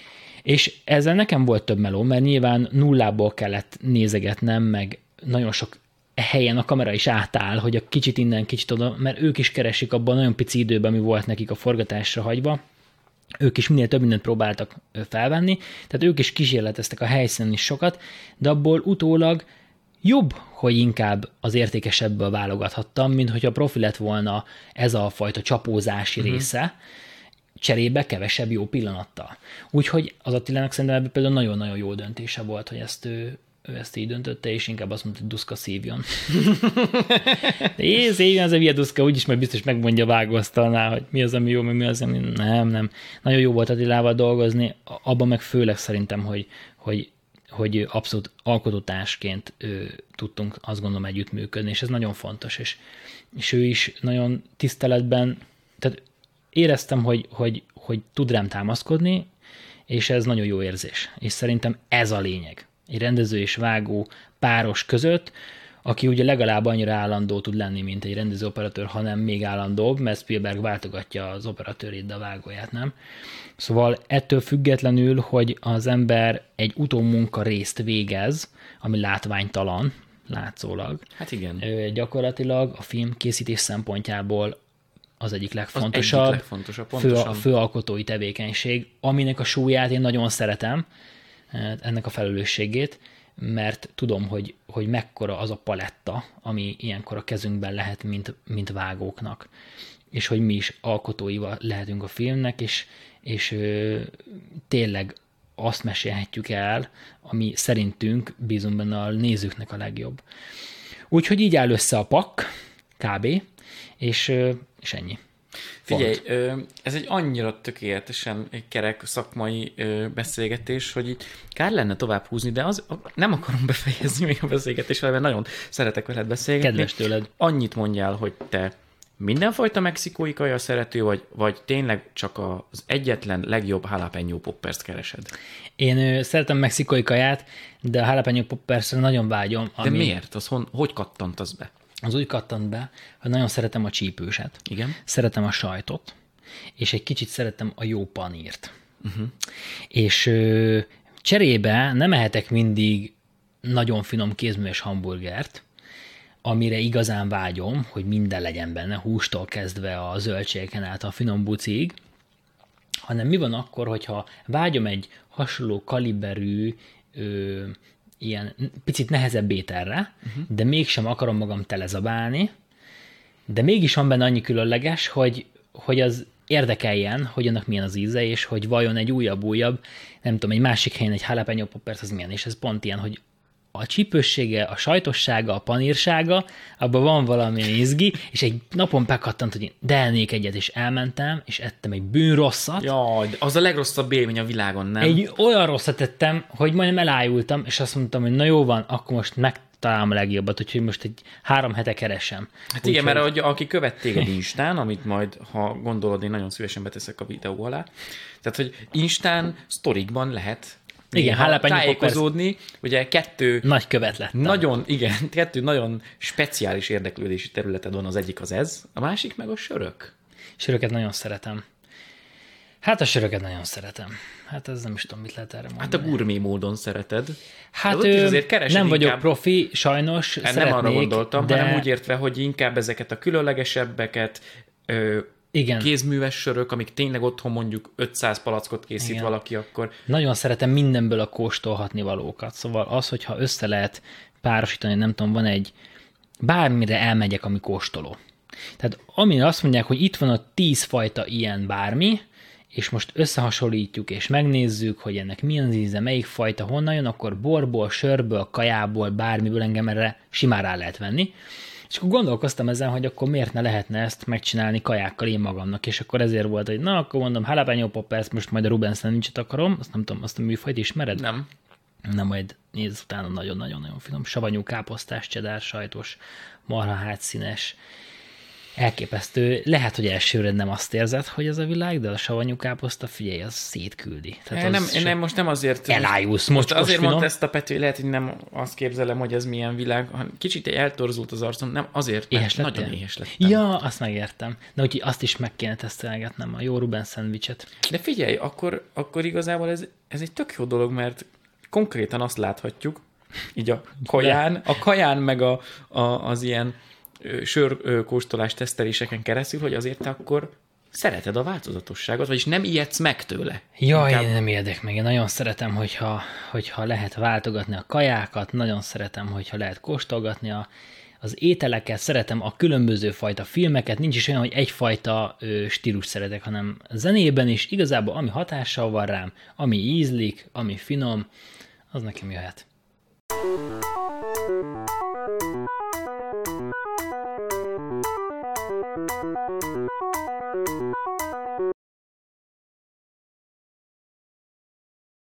És ezzel nekem volt több meló, mert nyilván nullából kellett nézegetnem, meg nagyon sok helyen a kamera is átáll, hogy a kicsit innen, kicsit oda, mert ők is keresik abban nagyon pici időben, ami volt nekik a forgatásra hagyva, ők is minél több mindent próbáltak felvenni, tehát ők is kísérleteztek a helyszínen is sokat, de abból utólag jobb, hogy inkább az értékesebből válogathattam, mint hogyha profi lett volna ez a fajta csapózási uh-huh. része, cserébe kevesebb jó pillanattal. Úgyhogy az Attilának szerintem ebből például nagyon-nagyon jó döntése volt, hogy ezt ő, ő ezt így döntötte, és inkább azt mondta, hogy Duszka szívjon. De én szívjon, ez a Via Duszka, úgyis majd biztos megmondja a vágóasztalnál, hogy mi az, ami jó, mi az, ami nem, nem. Nagyon jó volt Attilával dolgozni, abban meg főleg szerintem, hogy, hogy hogy abszolút alkotótársként ő, tudtunk azt gondolom együttműködni, és ez nagyon fontos, és, és ő is nagyon tiszteletben, tehát éreztem, hogy, hogy, hogy tud rám támaszkodni, és ez nagyon jó érzés. És szerintem ez a lényeg. Egy rendező és vágó páros között, aki ugye legalább annyira állandó tud lenni, mint egy rendező-operatőr, hanem még állandóbb, mert Spielberg váltogatja az operatőrét, de a vágóját nem. Szóval ettől függetlenül, hogy az ember egy utómunka részt végez, ami látványtalan, látszólag. Hát igen. Gyakorlatilag a film készítés szempontjából az egyik legfontosabb, az egyik legfontosabb fő, a főalkotói tevékenység, aminek a súlyát én nagyon szeretem, ennek a felelősségét, mert tudom, hogy, hogy mekkora az a paletta, ami ilyenkor a kezünkben lehet, mint, mint vágóknak, és hogy mi is alkotóival lehetünk a filmnek, és, és ö, tényleg azt mesélhetjük el, ami szerintünk, bízunk benne, a nézőknek a legjobb. Úgyhogy így áll össze a pak, kb. És, és ennyi. Figyelj, Pont. ez egy annyira tökéletesen kerek szakmai beszélgetés, hogy itt kár lenne tovább húzni, de az, nem akarom befejezni még a beszélgetést, mert nagyon szeretek veled beszélgetni. Kedves tőled. Annyit mondjál, hogy te mindenfajta mexikói kaja szerető vagy, vagy tényleg csak az egyetlen legjobb jalapeno poppers keresed? Én ö, szeretem mexikói kaját, de a jalapeno poppersre nagyon vágyom. Ami... De miért? Az hon, hogy kattant az be? Az úgy kattant be, hogy nagyon szeretem a csípőset. Igen. Szeretem a sajtot, és egy kicsit szeretem a jó panírt. Uh-huh. És ö, cserébe nem ehetek mindig nagyon finom kézműves hamburgert, amire igazán vágyom, hogy minden legyen benne, hústól kezdve a zöldségeken át a finom bucig, hanem mi van akkor, hogyha vágyom egy hasonló kaliberű, ö, ilyen picit nehezebb ételre, uh-huh. de mégsem akarom magam telezabálni, de mégis van benne annyi különleges, hogy, hogy az érdekeljen, hogy annak milyen az íze, és hogy vajon egy újabb-újabb, nem tudom, egy másik helyen egy jalapeno poppers az milyen, és ez pont ilyen, hogy a csípőssége, a sajtossága, a panírsága, abban van valami izgi, és egy napon bekattant, hogy de ennék egyet, és elmentem, és ettem egy bűnrosszat. Jaj, az a legrosszabb élmény a világon, nem? Egy olyan rosszat ettem, hogy majdnem elájultam, és azt mondtam, hogy na jó van, akkor most megtalálom a legjobbat, úgyhogy most egy három hete keresem. Hát igen, úgy, mert hogy... aki követ téged Instán, amit majd, ha gondolod, én nagyon szívesen beteszek a videó alá, tehát, hogy Instán sztorikban lehet igen, tájékozódni, ugye kettő nagy követ lettem. Nagyon, igen, kettő nagyon speciális érdeklődési területed van, az egyik az ez, a másik meg a sörök. Söröket nagyon szeretem. Hát a söröket nagyon szeretem. Hát ez nem is tudom, mit lehet erre mondani. Hát a gurmé módon szereted. Hát ő, azért nem inkább... vagyok profi, sajnos hát szeretnék. Nem arra gondoltam, de... hanem úgy értve, hogy inkább ezeket a különlegesebbeket, ö, igen. kézműves sörök, amik tényleg otthon mondjuk ötszáz palackot készít igen. valaki, akkor... Nagyon szeretem mindenből a kóstolhatni valókat. Szóval az, hogyha össze lehet párosítani, nem tudom, van egy... Bármire elmegyek, ami kóstoló. Tehát amire azt mondják, hogy itt van a tíz fajta ilyen bármi, és most összehasonlítjuk, és megnézzük, hogy ennek milyen az íze, melyik fajta honnan jön, akkor borból, sörből, kajából, bármiből engem erre simán rá lehet venni. És akkor gondolkoztam ezen, hogy akkor miért ne lehetne ezt megcsinálni kajákkal én magamnak, és akkor ezért volt, hogy na, akkor mondom, jalapeno poppers, most majd a Reuben sandwichet akarom, azt nem tudom, azt a műfajt ismered? Nem. Na majd nézz utána, nagyon-nagyon-nagyon finom, savanyú káposztás, csedár, sajtos, marha hátszínes, elképesztő. Lehet, hogy elsőre nem azt érzed, hogy ez a világ, de a savanyú káposzta, figyelj, az szétküldi. Tehát nem, én nem, most nem azért... Elájulsz, most azért mondta ezt a Pető, lehet, hogy nem azt képzelem, hogy ez milyen világ, hanem kicsit eltorzult az arcom, nem azért, mert éhes nagyon éhes lettem. Ja, azt megértem. De úgyhogy azt is meg kéne tesztelgetnem, a jó Reuben szendvicset. De figyelj, akkor, akkor igazából ez, ez egy tök jó dolog, mert konkrétan azt láthatjuk, így a kaján, a kaján meg a, a, az ilyen sörkóstolás teszteléseken keresztül, hogy azért te akkor szereted a változatosságot, vagyis nem ijedsz meg tőle. Jaj, Inkább... én nem ijedek meg. Én nagyon szeretem, hogyha, hogyha lehet váltogatni a kajákat, nagyon szeretem, hogyha lehet kóstolgatni a, az ételeket, szeretem a különböző fajta filmeket, nincs is olyan, hogy egyfajta ö, stílus szeretek, hanem zenében is igazából ami hatással van rám, ami ízlik, ami finom, az nekem jöhet.